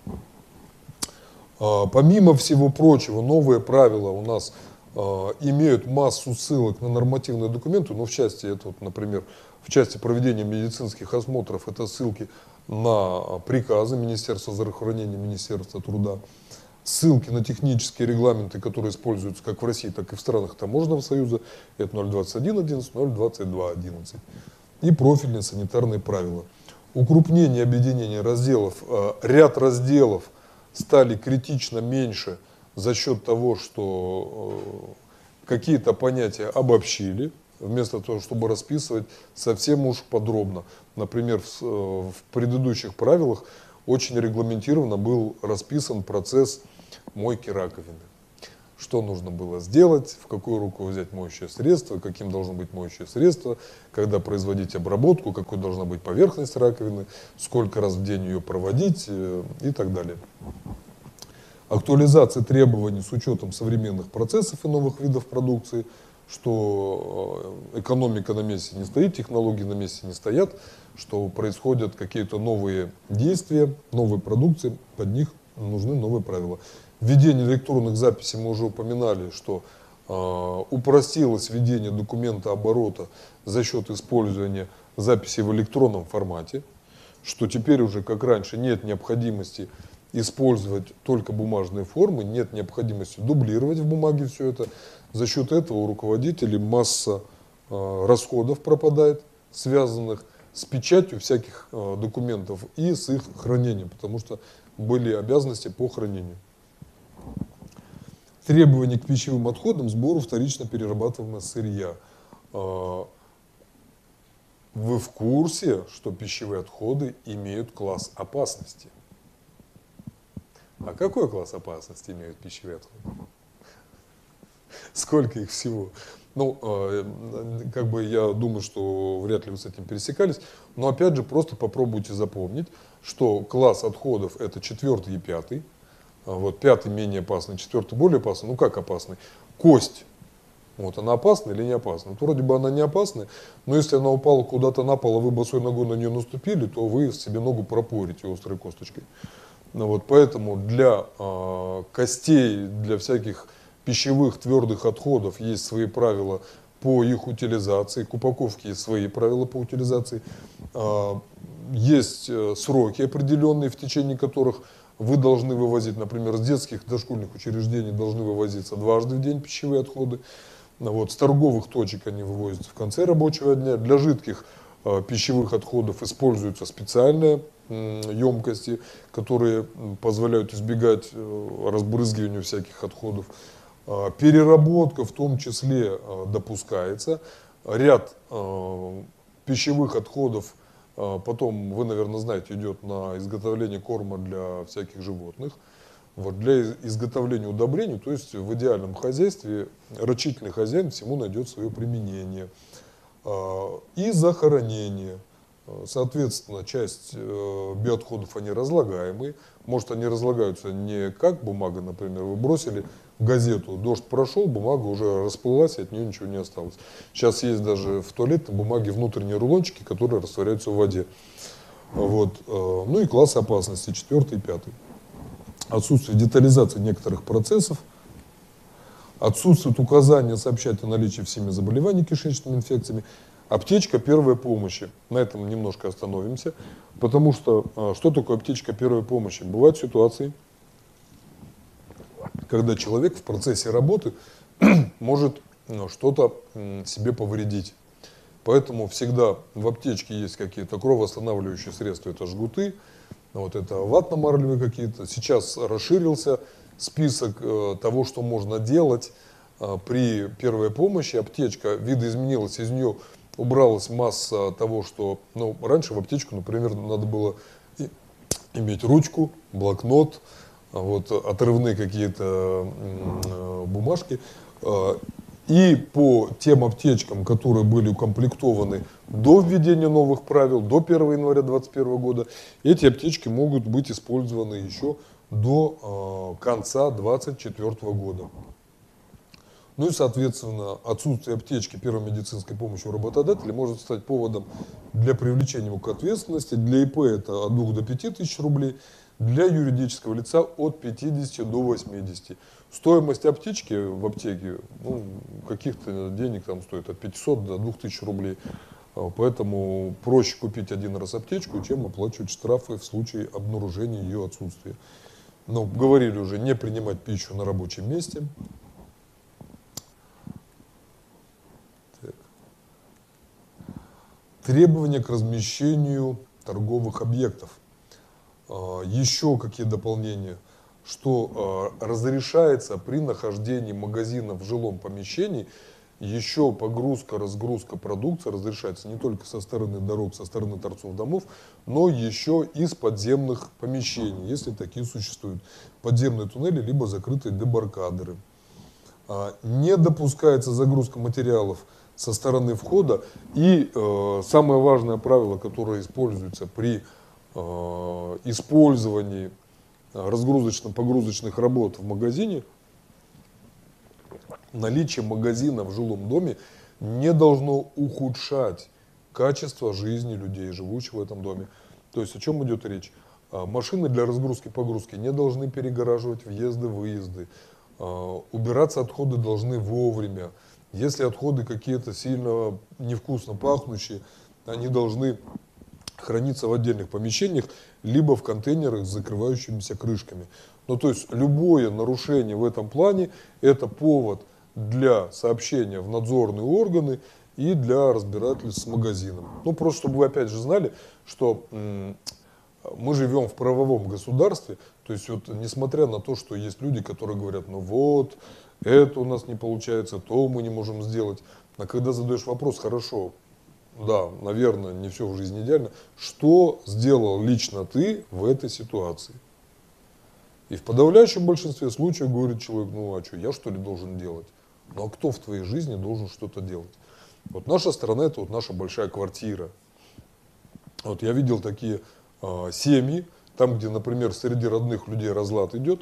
А, помимо всего прочего, новые правила у нас а, имеют массу ссылок на нормативные документы, но в части, это, вот, например, в части проведения медицинских осмотров, это ссылки на приказы Министерства здравоохранения, Министерства труда, ссылки на технические регламенты, которые используются как в России, так и в странах Таможенного союза, это ноль двадцать один одиннадцать, ноль двадцать два одиннадцать, и профильные санитарные правила. Укрупнение, объединение разделов, ряд разделов стали критично меньше за счет того, что какие-то понятия обобщили, вместо того, чтобы расписывать совсем уж подробно. Например, в, в предыдущих правилах очень регламентированно был расписан процесс мойки раковины. Что нужно было сделать, в какую руку взять моющее средство, каким должно быть моющее средство, когда производить обработку, какой должна быть поверхность раковины, сколько раз в день ее проводить и так далее. Актуализация требований с учетом современных процессов и новых видов продукции, что экономика на месте не стоит, технологии на месте не стоят, что происходят какие-то новые действия, новые продукции, под них нужны новые правила. Введение электронных записей мы уже упоминали, что э, упростилось введение документа оборота за счет использования записи в электронном формате, что теперь уже, как раньше, нет необходимости использовать только бумажные формы, нет необходимости дублировать в бумаге все это. За счет этого у руководителей масса э, расходов пропадает, связанных с печатью всяких э, документов и с их хранением, потому что были обязанности по хранению. Требования к пищевым отходам, сбору вторично перерабатываемого сырья. Э, вы в курсе, что пищевые отходы имеют класс опасности? А какой класс опасности имеют пищевые отходы? Сколько их всего? Ну, э, как бы я думаю, что вряд ли вы с этим пересекались, но опять же просто попробуйте запомнить, что класс отходов это четвертый и пятый. Вот пятый менее опасный, четвертый более опасный. Ну как опасный? Кость. Вот она опасна или не опасна? Вот вроде бы она не опасная, но если она упала куда-то на пол, а вы босой ногой на нее наступили, то вы себе ногу пропорите острой косточкой. Ну, вот, поэтому для э, костей, для всяких пищевых твердых отходов есть свои правила по их утилизации, к упаковке есть свои правила по утилизации. Э, есть э, сроки определенные, в течение которых вы должны вывозить, например, с детских дошкольных учреждений должны вывозиться дважды в день пищевые отходы. Вот, с торговых точек они вывозятся в конце рабочего дня. Для жидких э, пищевых отходов используются специальные э, емкости, которые позволяют избегать э, разбрызгивания всяких отходов. Э, переработка в том числе э, допускается. Ряд э, пищевых отходов э, потом, вы, наверное, знаете, идет на изготовление корма для всяких животных. Вот, для изготовления удобрений, то есть в идеальном хозяйстве рачительный хозяин всему найдет свое применение. И захоронение. Соответственно, часть биоотходов, они разлагаемые. Может, они разлагаются не как бумага, например, вы бросили газету, дождь прошел, бумага уже расплылась, и от нее ничего не осталось. Сейчас есть даже в туалетной бумаге внутренние рулончики, которые растворяются в воде. Вот. Ну и класс опасности, четвертый и пятый. Отсутствие детализации некоторых процессов, отсутствует указание сообщать о наличии в семье заболеваний кишечными инфекциями, аптечка первой помощи. На этом немножко остановимся, потому что что такое аптечка первой помощи? Бывают ситуации, когда человек в процессе работы может что-то себе повредить. Поэтому всегда в аптечке есть какие-то кровоостанавливающие средства, это жгуты, вот это ватно-марлевые какие-то. Сейчас расширился список э, того, что можно делать э, при первой помощи. Аптечка видоизменилась, из нее убралась масса того, что... Ну, раньше в аптечку, например, надо было и, иметь ручку, блокнот, вот, отрывные какие-то э, бумажки. Э, И по тем аптечкам, которые были укомплектованы до введения новых правил, до первого января две тысячи двадцать первого года, эти аптечки могут быть использованы еще до э, конца две тысячи двадцать четвёртого года. Ну и, соответственно, отсутствие аптечки первой медицинской помощи у работодателя может стать поводом для привлечения его к ответственности. Для ИП это от двух до пяти тысяч рублей, для юридического лица от пятидесяти до восьмидесяти. Стоимость аптечки в аптеке, ну, каких-то денег там стоит от пятисот до двух тысяч рублей. Поэтому проще купить один раз аптечку, чем оплачивать штрафы в случае обнаружения ее отсутствия. Но говорили уже, не принимать пищу на рабочем месте. Так. Требования к размещению торговых объектов. Еще какие дополнения? Что э, разрешается при нахождении магазина в жилом помещении, еще погрузка, разгрузка продукции разрешается не только со стороны дорог, со стороны торцов домов, но еще из подземных помещений, если такие существуют. Подземные туннели, либо закрытые дебаркадеры. Э, не допускается загрузка материалов со стороны входа. И э, самое важное правило, которое используется при э, использовании разгрузочно-погрузочных работ в магазине, наличие магазина в жилом доме не должно ухудшать качество жизни людей, живущих в этом доме. То есть о чем идет речь? Машины для разгрузки-погрузки не должны перегораживать въезды-выезды. Убираться отходы должны вовремя. Если отходы какие-то сильно невкусно пахнущие, они должны храниться в отдельных помещениях, либо в контейнерах с закрывающимися крышками. Ну, то есть любое нарушение в этом плане – это повод для сообщения в надзорные органы и для разбирательств с магазином. Ну, просто чтобы вы опять же знали, что м- мы живем в правовом государстве, то есть вот несмотря на то, что есть люди, которые говорят, ну вот, это у нас не получается, то мы не можем сделать. А когда задаешь вопрос, хорошо, да, наверное, не все в жизни идеально, что сделал лично ты в этой ситуации? И в подавляющем большинстве случаев говорит человек, ну а что, я что ли должен делать? Ну а кто в твоей жизни должен что-то делать? Вот наша страна – это вот наша большая квартира. Вот я видел такие э, семьи, там, где, например, среди родных людей разлад идет,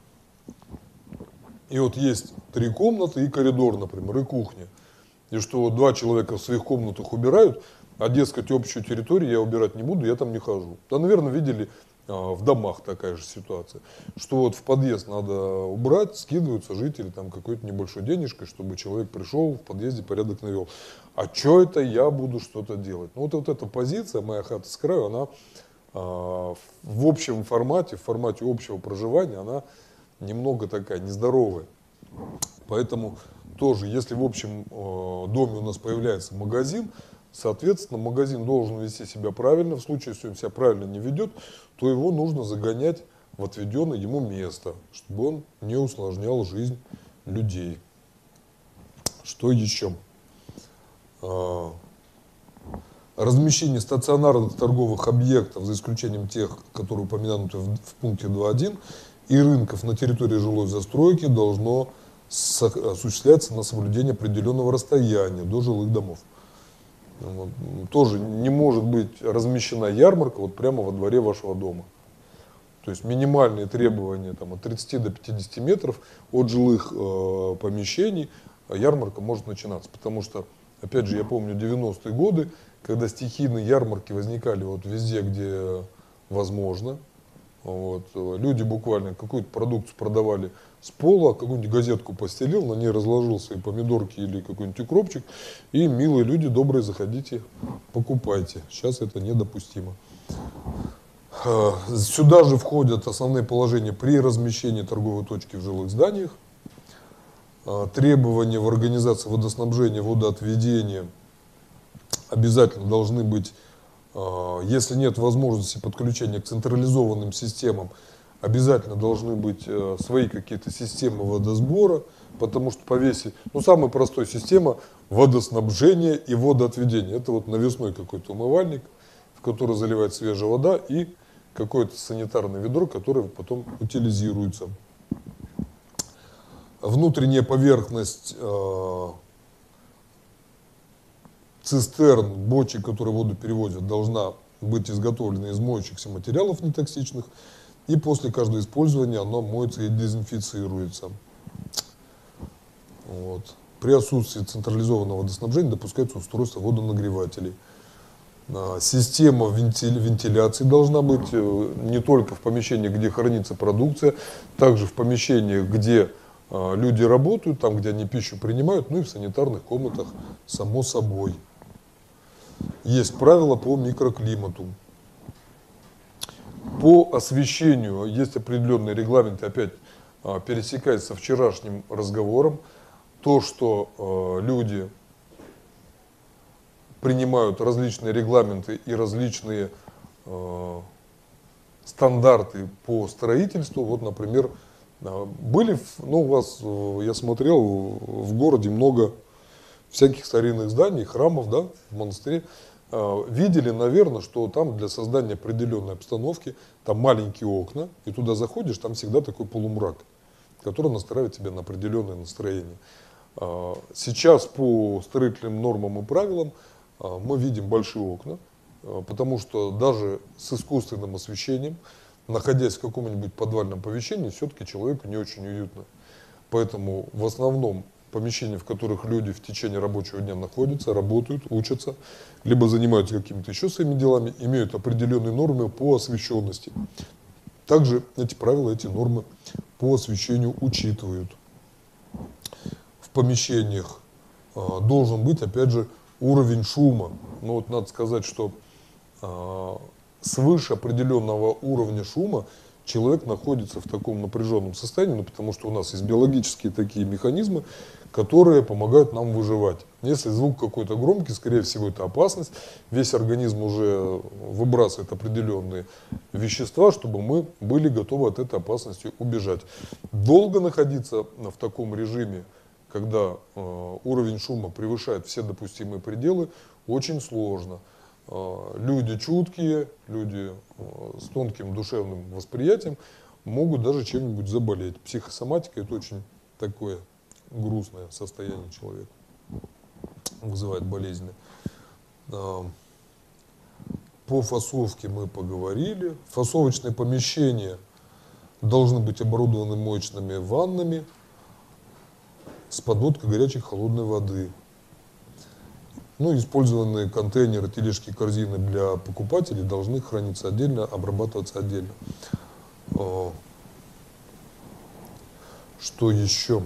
и вот есть три комнаты и коридор, например, и кухня. И что вот два человека в своих комнатах убирают, а, дескать, общую территорию я убирать не буду, я там не хожу. Да, наверное, видели а, в домах такая же ситуация, что вот в подъезд надо убрать, скидываются жители там какой-то небольшой денежкой, чтобы человек пришел, в подъезде порядок навел. А что это я буду что-то делать? Ну вот, вот эта позиция, моя хата с краю, она а, в общем формате, в формате общего проживания, она немного такая нездоровая. Поэтому тоже, если в общем доме у нас появляется магазин, соответственно, магазин должен вести себя правильно. В случае, если он себя правильно не ведет, то его нужно загонять в отведенное ему место, чтобы он не усложнял жизнь людей. Что еще? Размещение стационарных торговых объектов, за исключением тех, которые упомянуты в, в пункте два точка один, и рынков на территории жилой застройки должно осуществляться на соблюдение определенного расстояния до жилых домов. Вот. Тоже не может быть размещена ярмарка вот прямо во дворе вашего дома. То есть минимальные требования там, от тридцати до пятидесяти метров от жилых э, помещений ярмарка может начинаться. Потому что, опять же, я помню девяностые годы, когда стихийные ярмарки возникали вот везде, где возможно. Вот. Люди буквально какую-то продукцию продавали с пола, какую-нибудь газетку постелил, на ней разложил свои помидорки или какой-нибудь укропчик, и милые люди добрые, заходите, покупайте. Сейчас это недопустимо. Сюда же входят основные положения при размещении торговой точки в жилых зданиях, требования в организации водоснабжения, водоотведения обязательно должны быть. Если нет возможности подключения к централизованным системам, обязательно должны быть свои какие-то системы водосбора, потому что повесить, ну, самая простая система водоснабжения и водоотведения. Это вот навесной какой-то умывальник, в который заливается свежая вода, и какое-то санитарное ведро, которое потом утилизируется. Внутренняя поверхность э, цистерн, бочек, которые воду перевозят, должна быть изготовлена из моющихся материалов нетоксичных, и после каждого использования оно моется и дезинфицируется. Вот. При отсутствии централизованного водоснабжения допускается устройство водонагревателей. Система вентиляции должна быть не только в помещениях, где хранится продукция, также в помещениях, где люди работают, там, где они пищу принимают, ну и в санитарных комнатах, само собой. Есть правила по микроклимату. По освещению есть определенные регламенты, опять пересекаясь со вчерашним разговором. То, что люди принимают различные регламенты и различные стандарты по строительству. Вот, например, были, ну, у вас, я смотрел, в городе много всяких старинных зданий, храмов, да, в монастыре. Видели, наверное, что там для создания определенной обстановки, там маленькие окна, и туда заходишь, там всегда такой полумрак, который настраивает тебя на определенное настроение. Сейчас по строительным нормам и правилам мы видим большие окна, потому что даже с искусственным освещением, находясь в каком-нибудь подвальном помещении, все-таки человеку не очень уютно. Поэтому в основном помещения, в которых люди в течение рабочего дня находятся, работают, учатся, либо занимаются какими-то еще своими делами, имеют определенные нормы по освещенности. Также эти правила, эти нормы по освещению учитывают. В помещениях должен быть, опять же, уровень шума. Ну вот надо сказать, что э, свыше определенного уровня шума человек находится в таком напряженном состоянии, ну, потому что у нас есть биологические такие механизмы, которые помогают нам выживать. Если звук какой-то громкий, скорее всего, это опасность. Весь организм уже выбрасывает определенные вещества, чтобы мы были готовы от этой опасности убежать. Долго находиться в таком режиме, когда э, уровень шума превышает все допустимые пределы, очень сложно. Э, люди чуткие, люди э, с тонким душевным восприятием могут даже чем-нибудь заболеть. Психосоматика – это очень такое грустное состояние человека, вызывает болезни. По фасовке мы поговорили. Фасовочные помещения должны быть оборудованы моечными ваннами с подводкой горячей холодной воды. Ну, использованные контейнеры, тележки, корзины для покупателей должны храниться отдельно, обрабатываться отдельно. Что еще?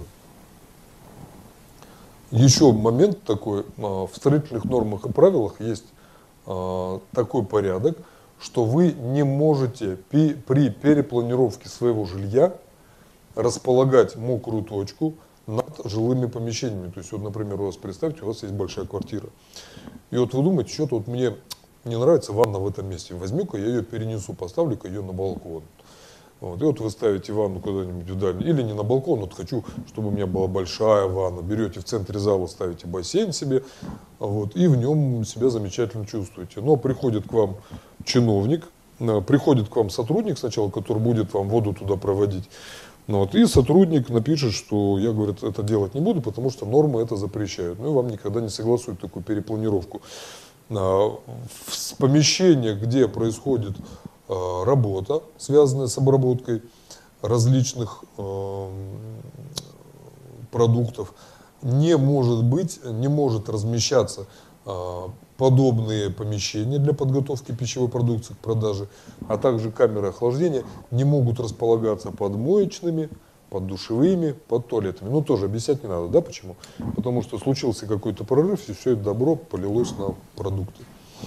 Еще момент такой, в строительных нормах и правилах есть такой порядок, что вы не можете при перепланировке своего жилья располагать мокрую точку над жилыми помещениями. То есть, вот, например, у вас, представьте, у вас есть большая квартира. И вот вы думаете, что-то вот мне не нравится ванна в этом месте. Возьму-ка я ее перенесу, поставлю-ка ее на балкон. Вот. И вот вы ставите ванну куда-нибудь в дальний, или не на балкон, вот хочу, чтобы у меня была большая ванна. Берете в центре зала, ставите бассейн себе, вот, и в нем себя замечательно чувствуете. Но приходит к вам чиновник, приходит к вам сотрудник сначала, который будет вам воду туда проводить. Вот, и сотрудник напишет, что я, говорит, это делать не буду, потому что нормы это запрещают. Ну и вам никогда не согласуют такую перепланировку. В помещениях, где происходит работа, связанная с обработкой различных э, продуктов, не может быть, не может размещаться э, подобные помещения для подготовки пищевой продукции к продаже, а также камеры охлаждения не могут располагаться под моечными, под душевыми, под туалетами. Ну, тоже объяснять не надо, да, почему? Потому что случился какой-то прорыв, и все это добро полилось на продукты.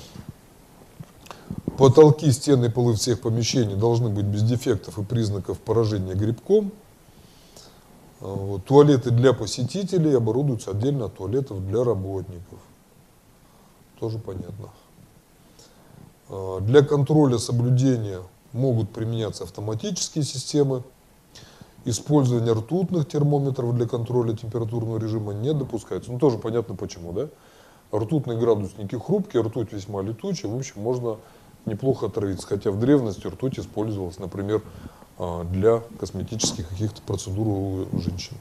Потолки, стены и полы всех помещений должны быть без дефектов и признаков поражения грибком. Вот. Туалеты для посетителей оборудуются отдельно от туалетов для работников. Тоже понятно. Для контроля соблюдения могут применяться автоматические системы. Использование ртутных термометров для контроля температурного режима не допускается. Ну, тоже понятно почему, да? Ртутные градусники хрупкие, ртуть весьма летучая. В общем, можно неплохо отравиться. Хотя в древности ртуть использовалась, например, для косметических каких-то процедур у женщин.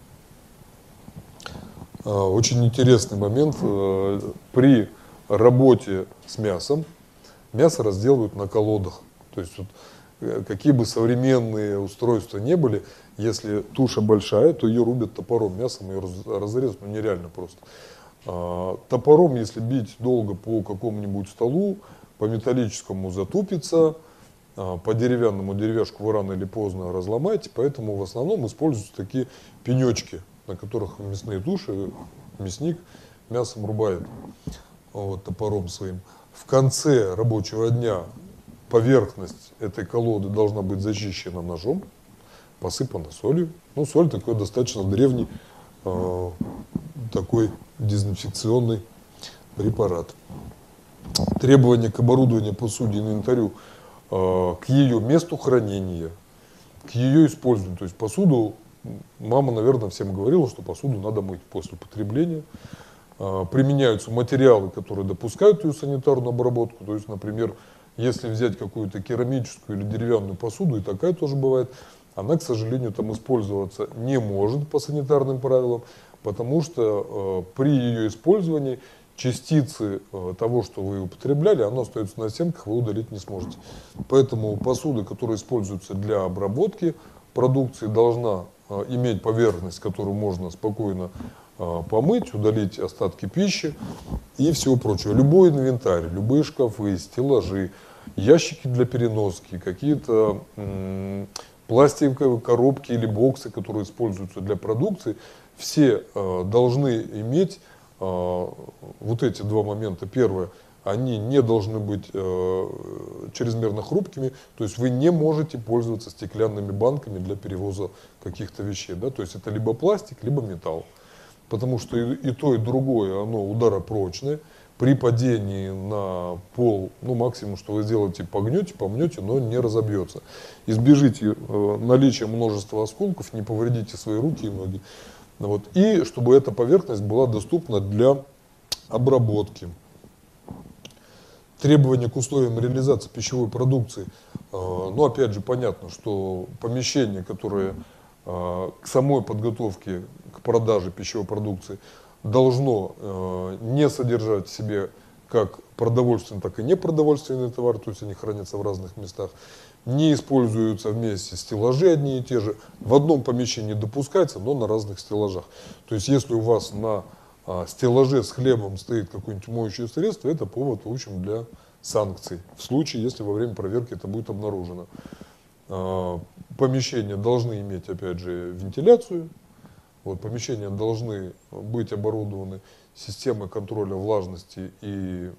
Очень интересный момент. При работе с мясом мясо разделывают на колодах. То есть, вот, какие бы современные устройства не были, если туша большая, то ее рубят топором. Мясом ее разрезать ну, нереально просто. Топором, если бить долго по какому-нибудь столу, по металлическому затупится, по деревянному деревяшку вы рано или поздно разломаете, поэтому в основном используются такие пенечки, на которых мясные туши мясник мясом рубает вот, топором своим. В конце рабочего дня поверхность этой колоды должна быть зачищена ножом, посыпана солью. Ну, соль такой достаточно древний э, такой дезинфекционный препарат. Требования к оборудованию, посуде и инвентарю, э, к ее месту хранения, к ее использованию. То есть посуду, мама, наверное, всем говорила, что посуду надо мыть после употребления. Э, применяются материалы, которые допускают ее санитарную обработку. То есть, например, если взять какую-то керамическую или деревянную посуду, и такая тоже бывает, она, к сожалению, там использоваться не может по санитарным правилам, потому что э, при ее использовании частицы э, того, что вы употребляли, оно остается на стенках, вы удалить не сможете. Поэтому посуда, которая используется для обработки продукции, должна э, иметь поверхность, которую можно спокойно э, помыть, удалить остатки пищи и всего прочего. Любой инвентарь, любые шкафы, стеллажи, ящики для переноски, какие-то м- пластиковые коробки или боксы, которые используются для продукции, все э, должны иметь вот эти два момента. Первое, они не должны быть э, чрезмерно хрупкими, то есть вы не можете пользоваться стеклянными банками для перевоза каких-то вещей, да? То есть это либо пластик, либо металл, потому что и, и то, и другое, оно ударопрочное, при падении на пол, ну максимум, что вы сделаете, погнете, помнете, но не разобьется. Избежите э, наличия множества осколков, не повредите свои руки и ноги. Вот. И чтобы эта поверхность была доступна для обработки. Требования к условиям реализации пищевой продукции. Ну, опять же, понятно, что помещение, которое к самой подготовке, к продаже пищевой продукции должно не содержать в себе как продовольственный, так и непродовольственный товар, то есть они хранятся в разных местах, не используются вместе стеллажи одни и те же, в одном помещении допускается, но на разных стеллажах. То есть если у вас на а, стеллаже с хлебом стоит какое-нибудь моющее средство, это повод, в общем, для санкций, в случае, если во время проверки это будет обнаружено. А, помещения должны иметь, опять же, вентиляцию, вот, помещения должны быть оборудованы системой контроля влажности и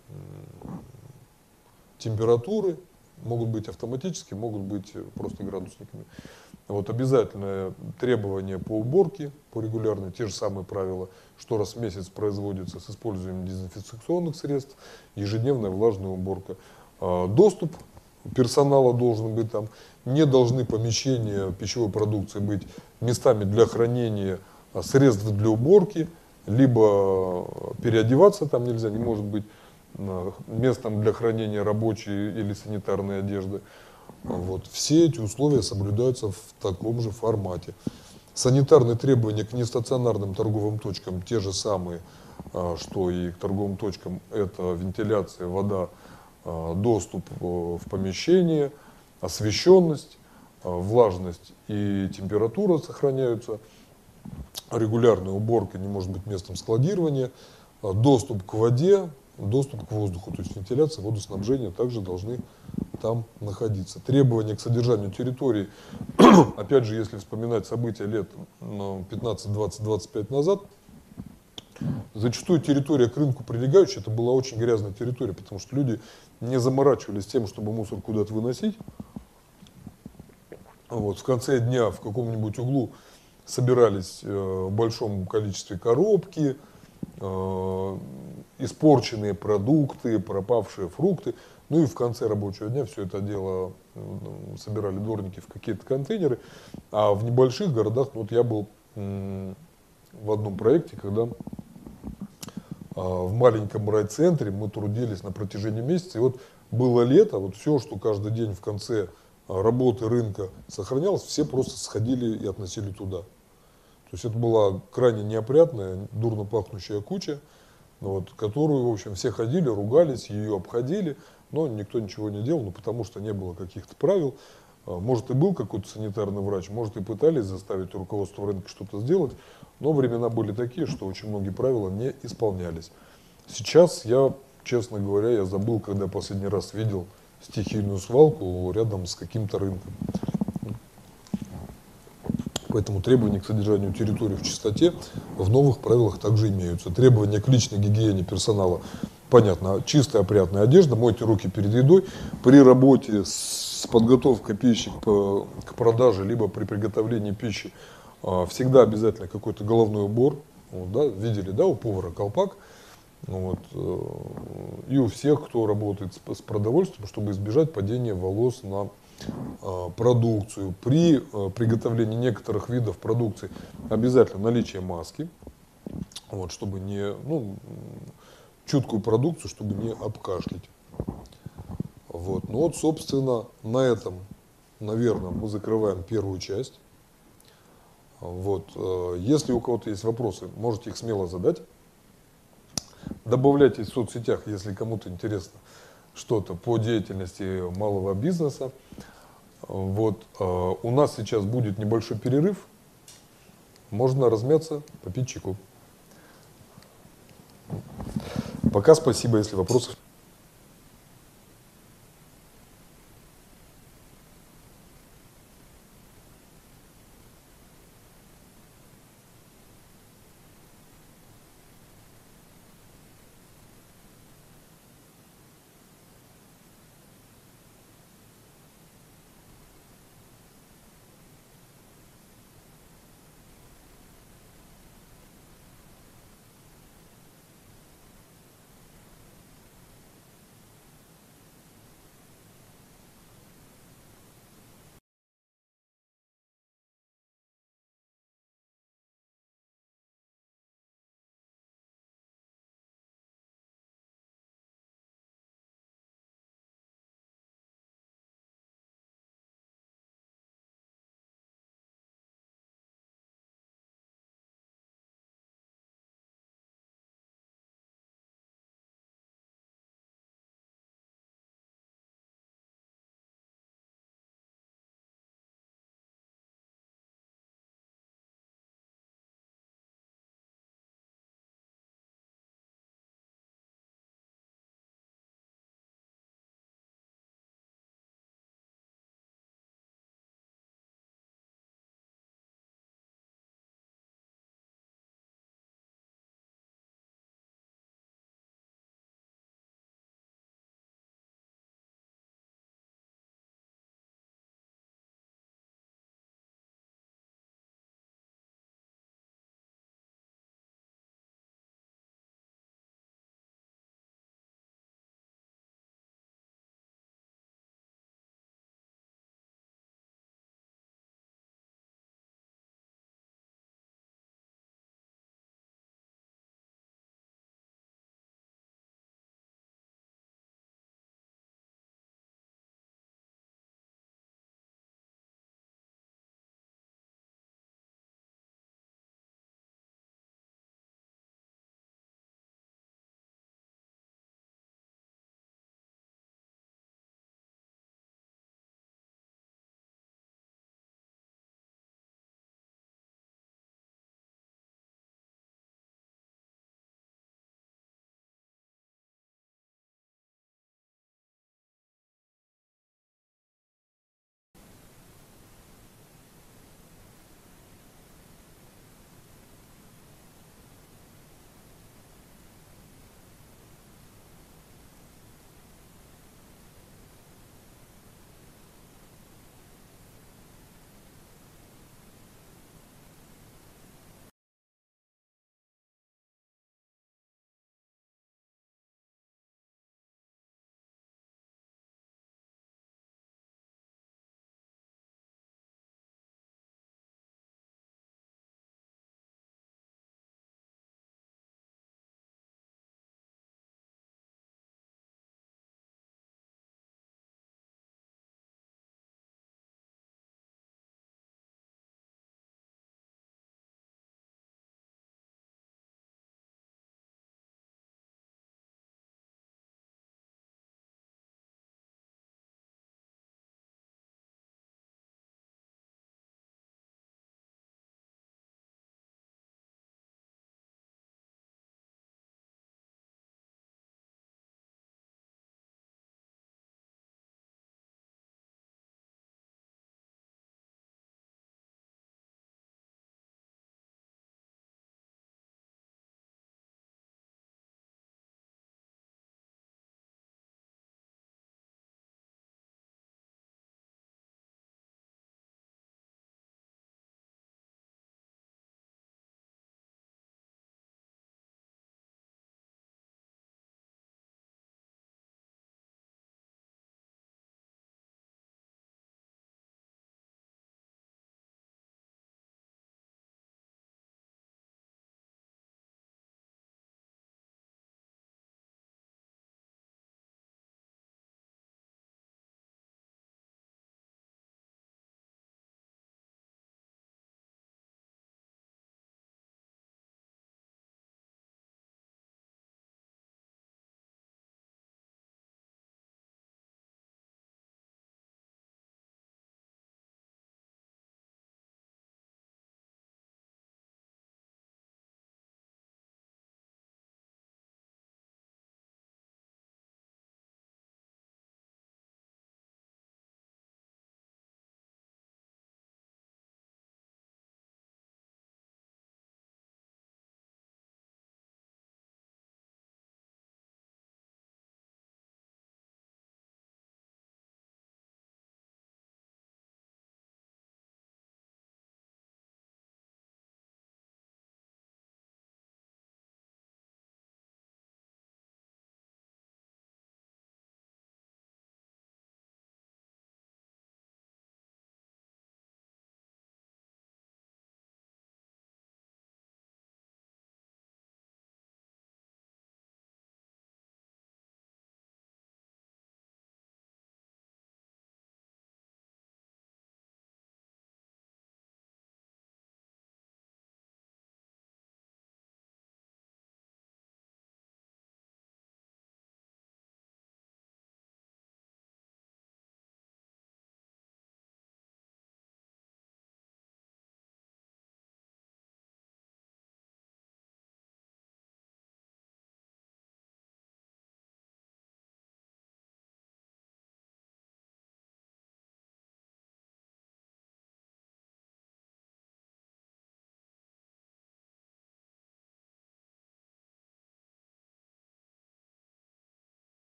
температуры, могут быть автоматически, могут быть просто градусниками. Вот обязательное требование по уборке, по регулярной, те же самые правила, что раз в месяц производится с использованием дезинфекционных средств, ежедневная влажная уборка. Доступ персонала должен быть там, не должны помещения пищевой продукции быть местами для хранения средств для уборки, либо переодеваться там нельзя, не может быть местом для хранения рабочей или санитарной одежды. Вот. Все эти условия соблюдаются в таком же формате. Санитарные требования к нестационарным торговым точкам те же самые, что и к торговым точкам. Это вентиляция, вода, доступ в помещение, освещенность, влажность и температура сохраняются. Регулярная уборка не может быть местом складирования. Доступ к воде, доступ к воздуху, то есть вентиляция, водоснабжение также должны там находиться. Требования к содержанию территории, опять же, если вспоминать события лет пятнадцать, двадцать, двадцать пять назад, зачастую территория к рынку прилегающая, это была очень грязная территория, потому что люди не заморачивались тем, чтобы мусор куда-то выносить. Вот, в конце дня в каком-нибудь углу собирались э, в большом количестве коробки, э, испорченные продукты, пропавшие фрукты. Ну и в конце рабочего дня все это дело собирали дворники в какие-то контейнеры. А в небольших городах, ну вот я был м, в одном проекте, когда а, в маленьком райцентре мы трудились на протяжении месяца. И вот было лето, вот все, что каждый день в конце работы рынка сохранялось, все просто сходили и относили туда. То есть это была крайне неопрятная, дурно пахнущая куча, вот, которую, в общем, все ходили, ругались, ее обходили, но никто ничего не делал, ну, потому что не было каких-то правил. Может, и был какой-то санитарный врач, может, и пытались заставить руководство рынка что-то сделать, но времена были такие, что очень многие правила не исполнялись. Сейчас я, честно говоря, я забыл, когда последний раз видел стихийную свалку рядом с каким-то рынком. Поэтому требования к содержанию территории в чистоте в новых правилах также имеются. Требования к личной гигиене персонала. Понятно, чистая, опрятная одежда, мойте руки перед едой. При работе с подготовкой пищи к, к продаже, либо при приготовлении пищи, всегда обязательно какой-то головной убор. Вот, да, видели, да, у повара колпак. Вот, и у всех, кто работает с, с продовольствием, чтобы избежать падения волос на а, продукцию. При а, приготовлении некоторых видов продукции обязательно наличие маски, вот, чтобы не, ну, чуткую продукцию, чтобы не обкашлять. Вот. Ну вот, собственно, на этом, наверное, мы закрываем первую часть. Вот. Если у кого-то есть вопросы, можете их смело задать. Добавляйте в соцсетях, если кому-то интересно что-то по деятельности малого бизнеса. Вот. У нас сейчас будет небольшой перерыв. Можно размяться, попить чайку. Пока спасибо, если вопросы.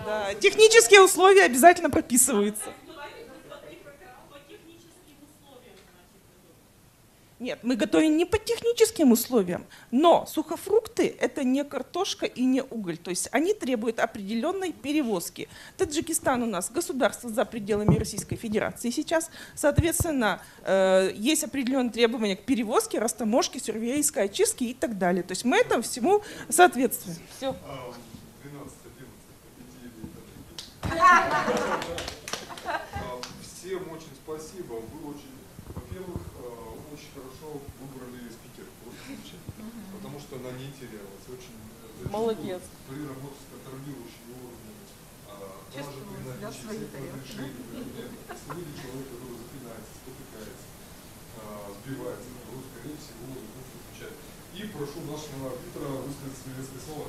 Да, технические условия обязательно прописываются. Нет, мы готовим не по техническим условиям, но сухофрукты – это не картошка и не уголь. То есть они требуют определенной перевозки. Таджикистан у нас государство за пределами Российской Федерации сейчас. Соответственно, э, есть определенные требования к перевозке, растаможке, сюрвейской очистке и так далее. То есть мы этому всему соответствуем. Все. Всем очень спасибо. Вы очень, во-первых, очень хорошо выбрали спикера, потому что она не терялась. Очень молодец. При работе с контролирующими органами, даже при наличии всех разрешений, если вы человек, который запинается, спотыкается, сбивается, то, скорее всего, лучше отвечать. И прошу нашего арбитра высказать свои несколько слова.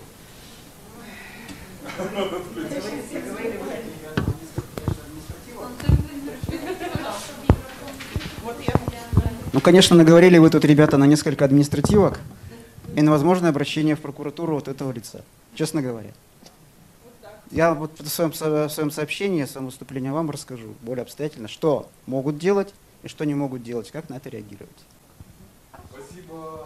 Ну, конечно, наговорили вы тут, ребята, на несколько административок и на возможное обращение в прокуратуру вот этого лица, честно говоря. Я вот в своем, в своем сообщении, в своем выступлении вам расскажу более обстоятельно, что могут делать и что не могут делать, как на это реагировать. Спасибо.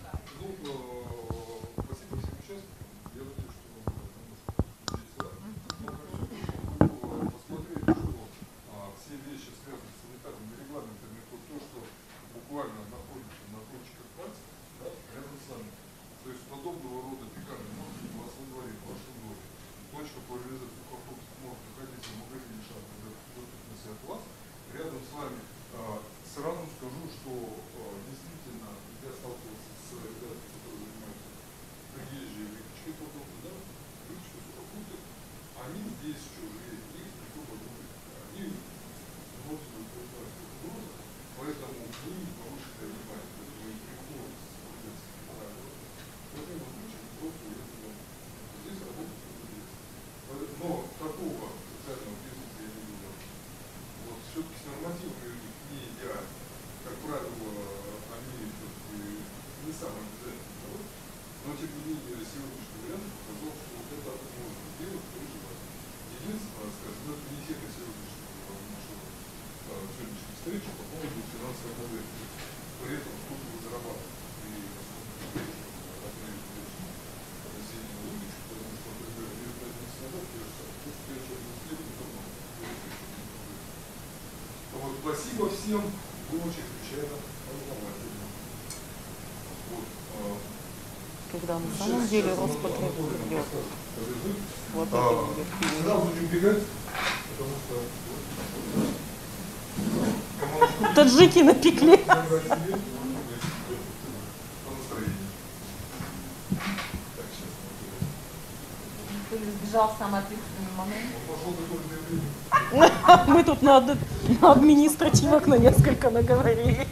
Спасибо всем, было очень случайно, познавательно. Вот, а, когда на самом деле Роспотреб идет. Вот а, это будет. Сразу не убегать, потому что таджики напекли. Ты сбежал в самый ответственный момент. Мы тут на, на административах на несколько наговорили.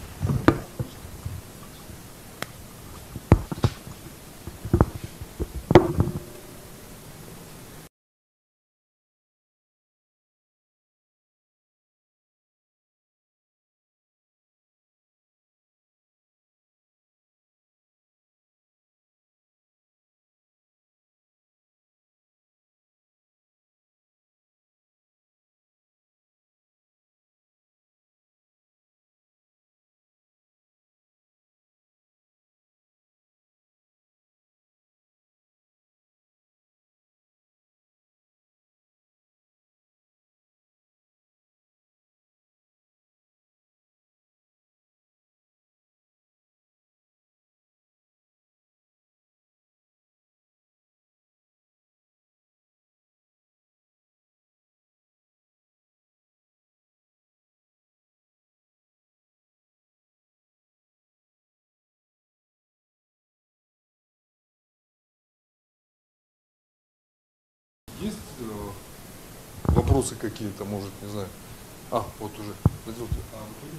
Есть э, вопросы какие-то, может, не знаю. А, вот уже. А,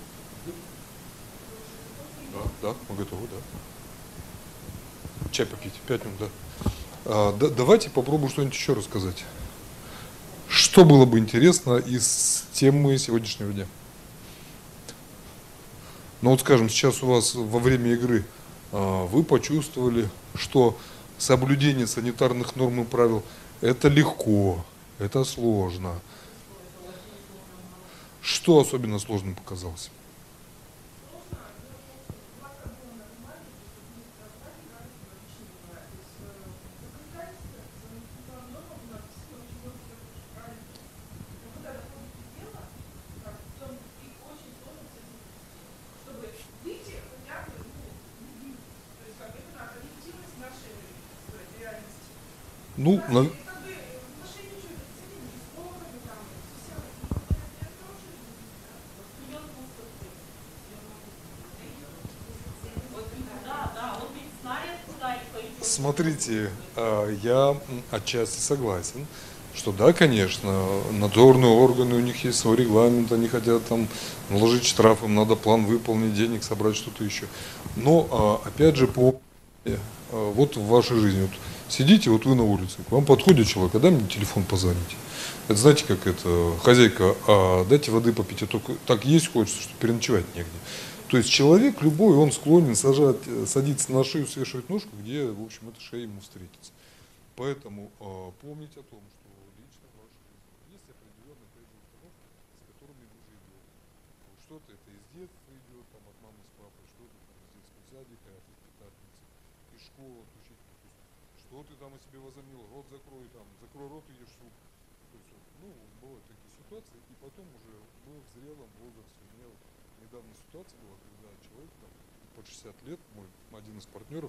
да, да, мы готовы, да. Чай попить, пять минут, да. А, да. Давайте попробуем что-нибудь еще рассказать. Что было бы интересно из темы сегодняшнего дня? Ну вот, скажем, сейчас у вас во время игры а, вы почувствовали, что соблюдение санитарных норм и правил – это легко, Это сложно. Что особенно сложным показалось? Ну, на- Смотрите, а, я м, отчасти согласен, что да, конечно, надзорные органы, у них есть свой регламент, они хотят там наложить штраф, им надо план выполнить, денег собрать, что-то еще. Но, а, опять же, по э, а, вот в вашей жизни, вот сидите, вот вы на улице, к вам подходит человек, а дай мне телефон позвонить. Это знаете, как это, хозяйка, а дайте воды попить, а только так есть хочется, что переночевать негде. То есть человек любой, он склонен сажать, э, садиться на шею, свешивать ножку, где, в общем, эта шея ему встретится. Поэтому э, помните о том, что лично в вашей жизни есть определенные опять же, установки, с которыми мы живем. Вот что-то это из детства идет, там, от мамы с папой, что-то там из детского садика, от воспитательницы, из школы, от учителя. То есть, что ты там о себе возомнил, рот закрой, там, закрой рот, идешь в суд. То есть, вот, ну, бывают такие ситуации, и потом уже мы в зрелом возрасте, у меня вот недавно ситуация была, когда человек там, под шестьдесят лет, мой один из партнеров,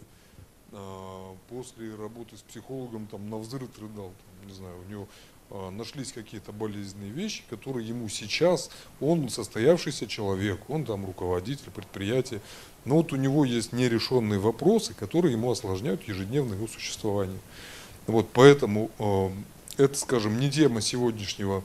а, после работы с психологом там навзрыд рыдал, там, не знаю, у него а, нашлись какие-то болезненные вещи, которые ему сейчас, он состоявшийся человек, он там руководитель предприятия, но вот у него есть нерешенные вопросы, которые ему осложняют ежедневное его существование. Вот поэтому э, это, скажем, не тема сегодняшнего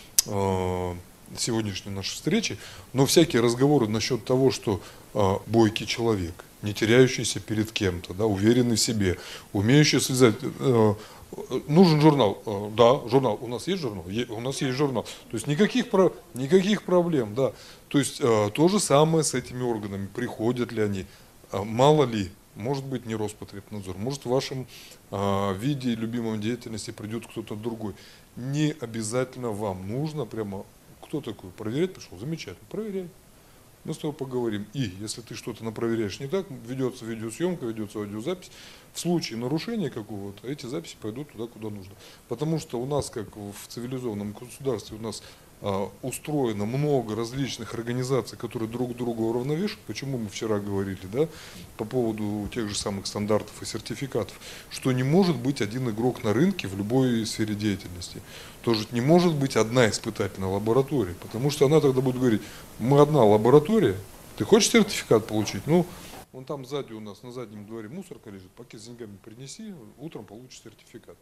э, сегодняшней нашей встречи, но всякие разговоры насчет того, что э, бойкий человек, не теряющийся перед кем-то, да, уверенный в себе, умеющий связать. Э, нужен журнал. Э, да, журнал. У нас есть журнал? Е, у нас есть журнал. То есть никаких, про, никаких проблем, да. То есть э, то же самое с этими органами. Приходят ли они? Э, мало ли. Может быть, не Роспотребнадзор, может в вашем э, виде любимой деятельности придет кто-то другой. Не обязательно вам нужно прямо, кто такой, проверять пришел, замечательно, проверяй. Мы с тобой поговорим. И если ты что-то напроверяешь не так, ведется видеосъемка, ведется аудиозапись, в случае нарушения какого-то эти записи пойдут туда, куда нужно. Потому что у нас, как в цивилизованном государстве, у нас а, устроено много различных организаций, которые друг друга уравновешивают. Почему мы вчера говорили, да, по поводу тех же самых стандартов и сертификатов, что не может быть один игрок на рынке в любой сфере деятельности. Тоже не может быть одна испытательная лаборатория, потому что она тогда будет говорить, мы одна лаборатория, ты хочешь сертификат получить? Ну, вон там сзади у нас, на заднем дворе мусорка лежит, пакет с деньгами принеси, утром получишь сертификат.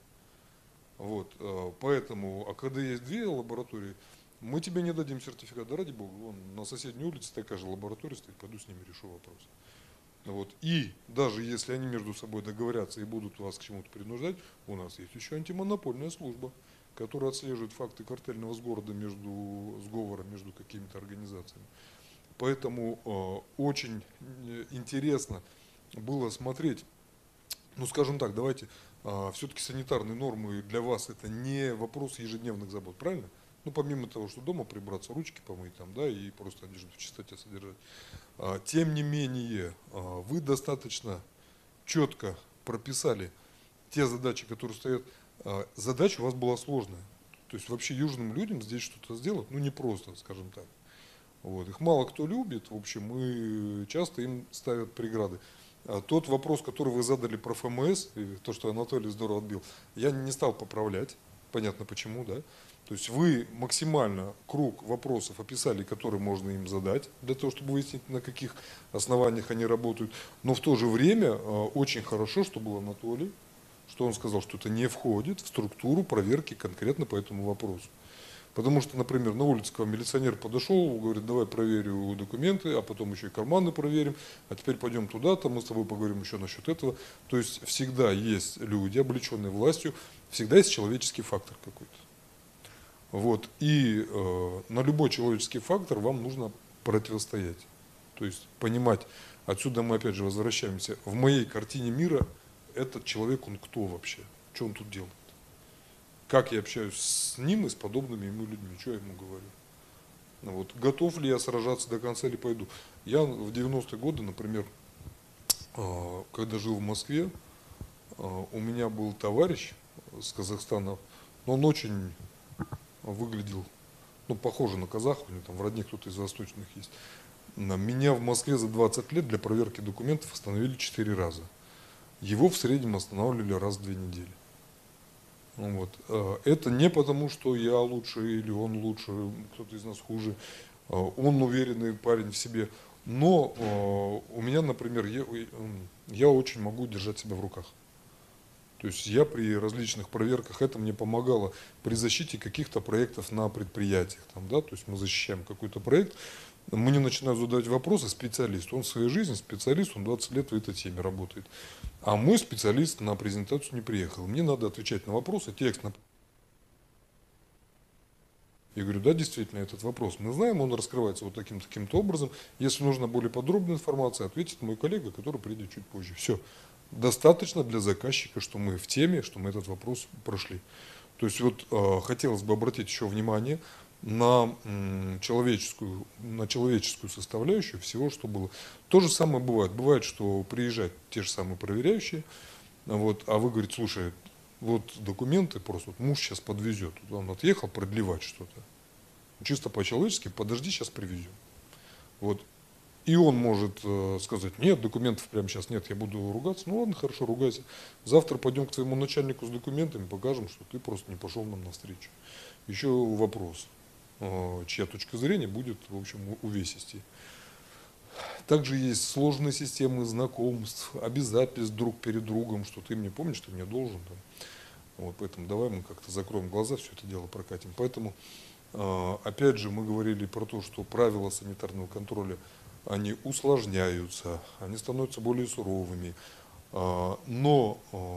Вот, поэтому, а когда есть две лаборатории, мы тебе не дадим сертификат, да ради бога, вон на соседней улице такая же лаборатория стоит, пойду с ними решу вопрос. Вот. И даже если они между собой договорятся и будут вас к чему-то принуждать, у нас есть еще антимонопольная служба, которая отслеживает факты картельного сговора между, сговора между какими-то организациями. Поэтому э, очень интересно было смотреть, ну скажем так, давайте, э, все-таки санитарные нормы для вас это не вопрос ежедневных забот, правильно? Ну помимо того, что дома прибраться, ручки помыть там, да, и просто одежду в чистоте содержать. Э, тем не менее, э, вы достаточно четко прописали те задачи, которые стоят. Э, задача у вас была сложная. То есть вообще южным людям здесь что-то сделать, ну не просто, скажем так. Вот. Их мало кто любит, в общем, и часто им ставят преграды. А тот вопрос, который вы задали про эф эм эс, и то, что Анатолий здорово отбил, я не стал поправлять, понятно почему, да. То есть вы максимально круг вопросов описали, которые можно им задать, для того, чтобы выяснить, на каких основаниях они работают. Но в то же время очень хорошо, что был Анатолий, что он сказал, что это не входит в структуру проверки конкретно по этому вопросу. Потому что, например, на улице к вам милиционер подошел, говорит, давай проверю документы, а потом еще и карманы проверим, а теперь пойдем туда-то, мы с тобой поговорим еще насчет этого. То есть всегда есть люди, облеченные властью, всегда есть человеческий фактор какой-то. Вот. И э, на любой человеческий фактор вам нужно противостоять. То есть понимать, отсюда мы опять же возвращаемся, в моей картине мира этот человек, он кто вообще? Что он тут делает? как я общаюсь с ним и с подобными ему людьми, что я ему говорю. Ну, вот, готов ли я сражаться до конца или пойду. Я в девяностые годы, например, когда жил в Москве, у меня был товарищ с Казахстана, но он очень выглядел, ну, похоже на казаха, у него там в родне кто-то из восточных есть. Меня в Москве за двадцать лет для проверки документов остановили четыре раза. Его в среднем останавливали раз в две недели. Вот. Это не потому, что я лучше или он лучше, кто-то из нас хуже. Он уверенный парень в себе. Но у меня, например, я, я очень могу держать себя в руках. То есть я при различных проверках, это мне помогало при защите каких-то проектов на предприятиях. Там, да? То есть мы защищаем какой-то проект, мне начинают задавать вопросы специалист. Он в своей жизни специалист, он двадцать лет в этой теме работает. А мой специалист на презентацию не приехал. Мне надо отвечать на вопросы, текст на... Я говорю, да, действительно, этот вопрос мы знаем, он раскрывается вот таким таким-то образом. Если нужна более подробная информация, ответит мой коллега, который придет чуть позже. Все. Достаточно для заказчика, что мы в теме, что мы этот вопрос прошли. То есть вот э, хотелось бы обратить еще внимание на м, человеческую, на человеческую составляющую всего, что было. То же самое бывает. Бывает, что приезжают те же самые проверяющие, вот, а вы говорите, слушай, вот документы просто, вот муж сейчас подвезет, он отъехал продлевать что-то. Чисто по-человечески, подожди, сейчас привезем. Вот. И он может э, сказать, нет, документов прямо сейчас нет, я буду ругаться. Ну ладно, хорошо, ругайся. Завтра пойдем к твоему начальнику с документами, покажем, что ты просто не пошел нам навстречу. Еще вопрос, э, чья точка зрения будет, в общем, увесистей. Также есть сложные системы знакомств, обязательств друг перед другом, что ты мне помнишь, ты мне должен. Там. Вот, поэтому давай мы как-то закроем глаза, все это дело прокатим. Поэтому, э, опять же, мы говорили про то, что правила санитарного контроля, они усложняются, они становятся более суровыми. Но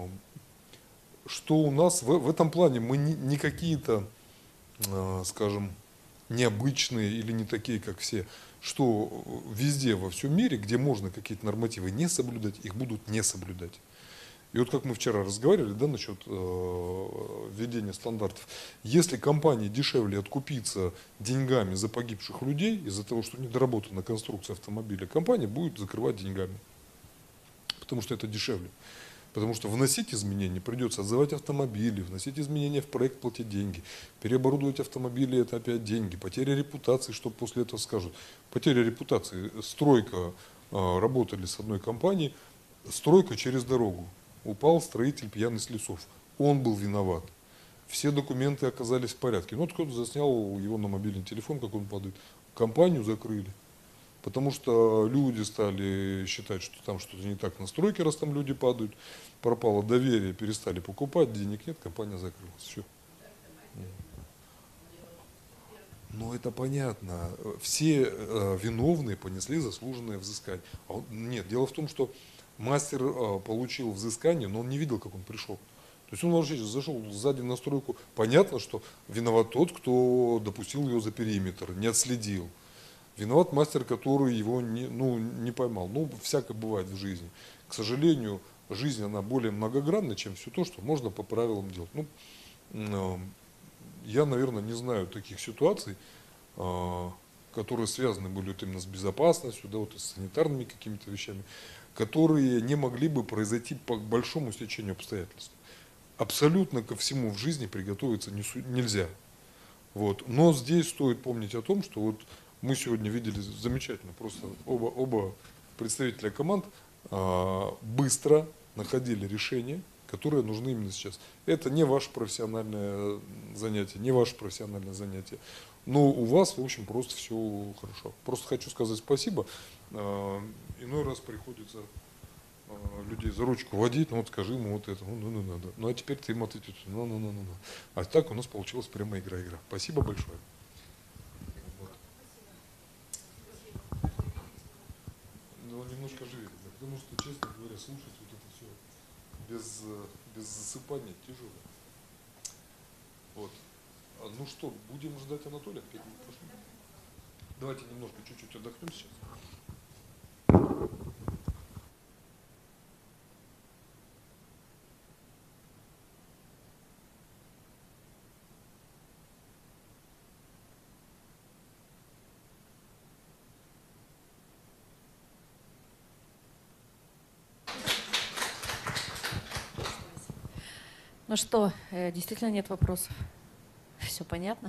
что у нас в, в этом плане, мы не, не какие-то, скажем, необычные или не такие, как все, что везде во всем мире, где можно какие-то нормативы не соблюдать, их будут не соблюдать. И вот как мы вчера разговаривали, да, насчет э, введения стандартов, если компании дешевле откупиться деньгами за погибших людей из-за того, что недоработана конструкция автомобиля, компания будет закрывать деньгами, потому что это дешевле. Потому что вносить изменения придется, отзывать автомобили, вносить изменения в проект, платить деньги, переоборудовать автомобили, это опять деньги, потеря репутации, что после этого скажут. Потеря репутации, стройка, э, работали с одной компанией, стройка через дорогу. Упал строитель пьяный с лесов. Он был виноват. Все документы оказались в порядке. Ну, вот кто-то заснял его на мобильный телефон, как он падает. Компанию закрыли. Потому что люди стали считать, что там что-то не так на стройке, раз там люди падают. Пропало доверие, перестали покупать, денег нет, компания закрылась. Все. Ну, это понятно. Все э, виновные понесли заслуженное взыскание. А он, нет, дело в том, что мастер э, получил взыскание, но он не видел, как он пришел. То есть он вообще зашел сзади на стройку. Понятно, что виноват тот, кто допустил ее за периметр, не отследил. Виноват мастер, который его не, ну, не поймал. Ну, всякое бывает в жизни. К сожалению, жизнь, она более многогранна, чем все то, что можно по правилам делать. Ну, э, я, наверное, не знаю таких ситуаций, э, которые связаны были вот именно с безопасностью, да, вот и с санитарными какими-то вещами, которые не могли бы произойти по большому стечению обстоятельств. Абсолютно ко всему в жизни приготовиться не, нельзя. Вот. Но здесь стоит помнить о том, что вот мы сегодня видели замечательно, просто оба, оба представителя команд а, быстро находили решения, которые нужны именно сейчас. Это не ваше профессиональное занятие, не ваше профессиональное занятие. Но у вас, в общем, просто все хорошо. Просто хочу сказать спасибо. Иной раз приходится людей за ручку водить, ну вот скажи ему вот это, ну, ну, ну, ну, ну, ну а теперь ты им ответишь, ну, ну, ну, ну, ну. А так у нас получилась прямо игра-игра. Спасибо большое. Вот. Ну, немножко живее, потому что, честно говоря, слушать вот это все без, без засыпания тяжело. Вот. Ну что, будем ждать Анатолия? Давайте немножко чуть-чуть отдохнем сейчас. Ну что, э, действительно нет вопросов? Все понятно?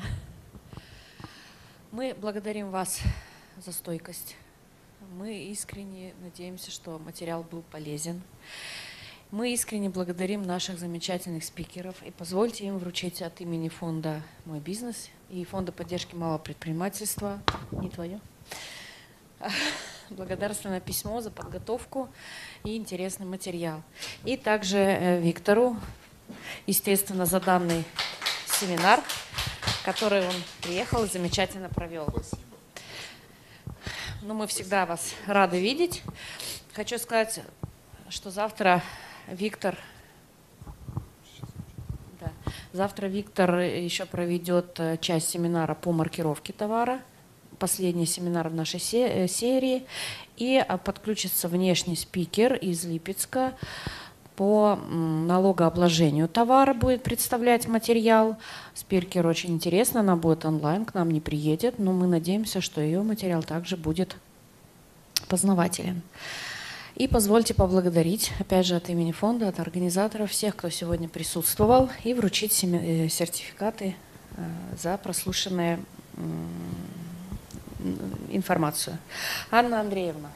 Мы благодарим вас за стойкость. Мы искренне надеемся, что материал был полезен. Мы искренне благодарим наших замечательных спикеров и позвольте им вручить от имени фонда «Мой бизнес» и фонда поддержки малого предпринимательства, не твое, благодарственное письмо за подготовку и интересный материал. И также э, Виктору, естественно, за данный семинар, который он приехал и замечательно провел. Спасибо. Ну, мы всегда вас рады видеть. Хочу сказать, что завтра Виктор, да, завтра Виктор еще проведет часть семинара по маркировке товара, последний семинар в нашей серии, и подключится внешний спикер из Липецка по налогообложению товара, будет представлять материал. Спикер очень интересно, она будет онлайн, к нам не приедет, но мы надеемся, что ее материал также будет познавателен. И позвольте поблагодарить, опять же, от имени фонда, от организаторов, всех, кто сегодня присутствовал, и вручить сертификаты за прослушанную информацию. Анна Андреевна.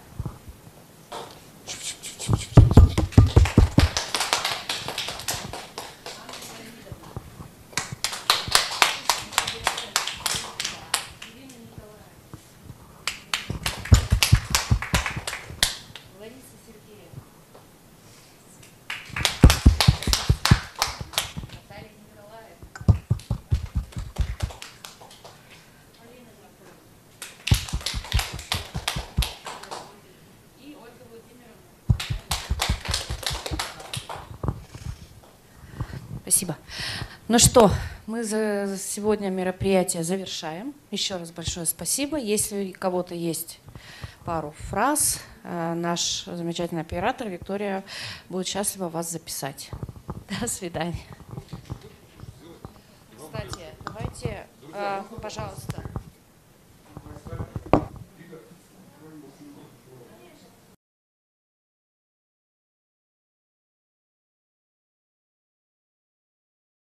Спасибо. Ну что, мы за сегодня мероприятие завершаем. Еще раз большое спасибо. Если у кого-то есть пару фраз, наш замечательный оператор Виктория будет счастлива вас записать. До свидания. Кстати, давайте, пожалуйста.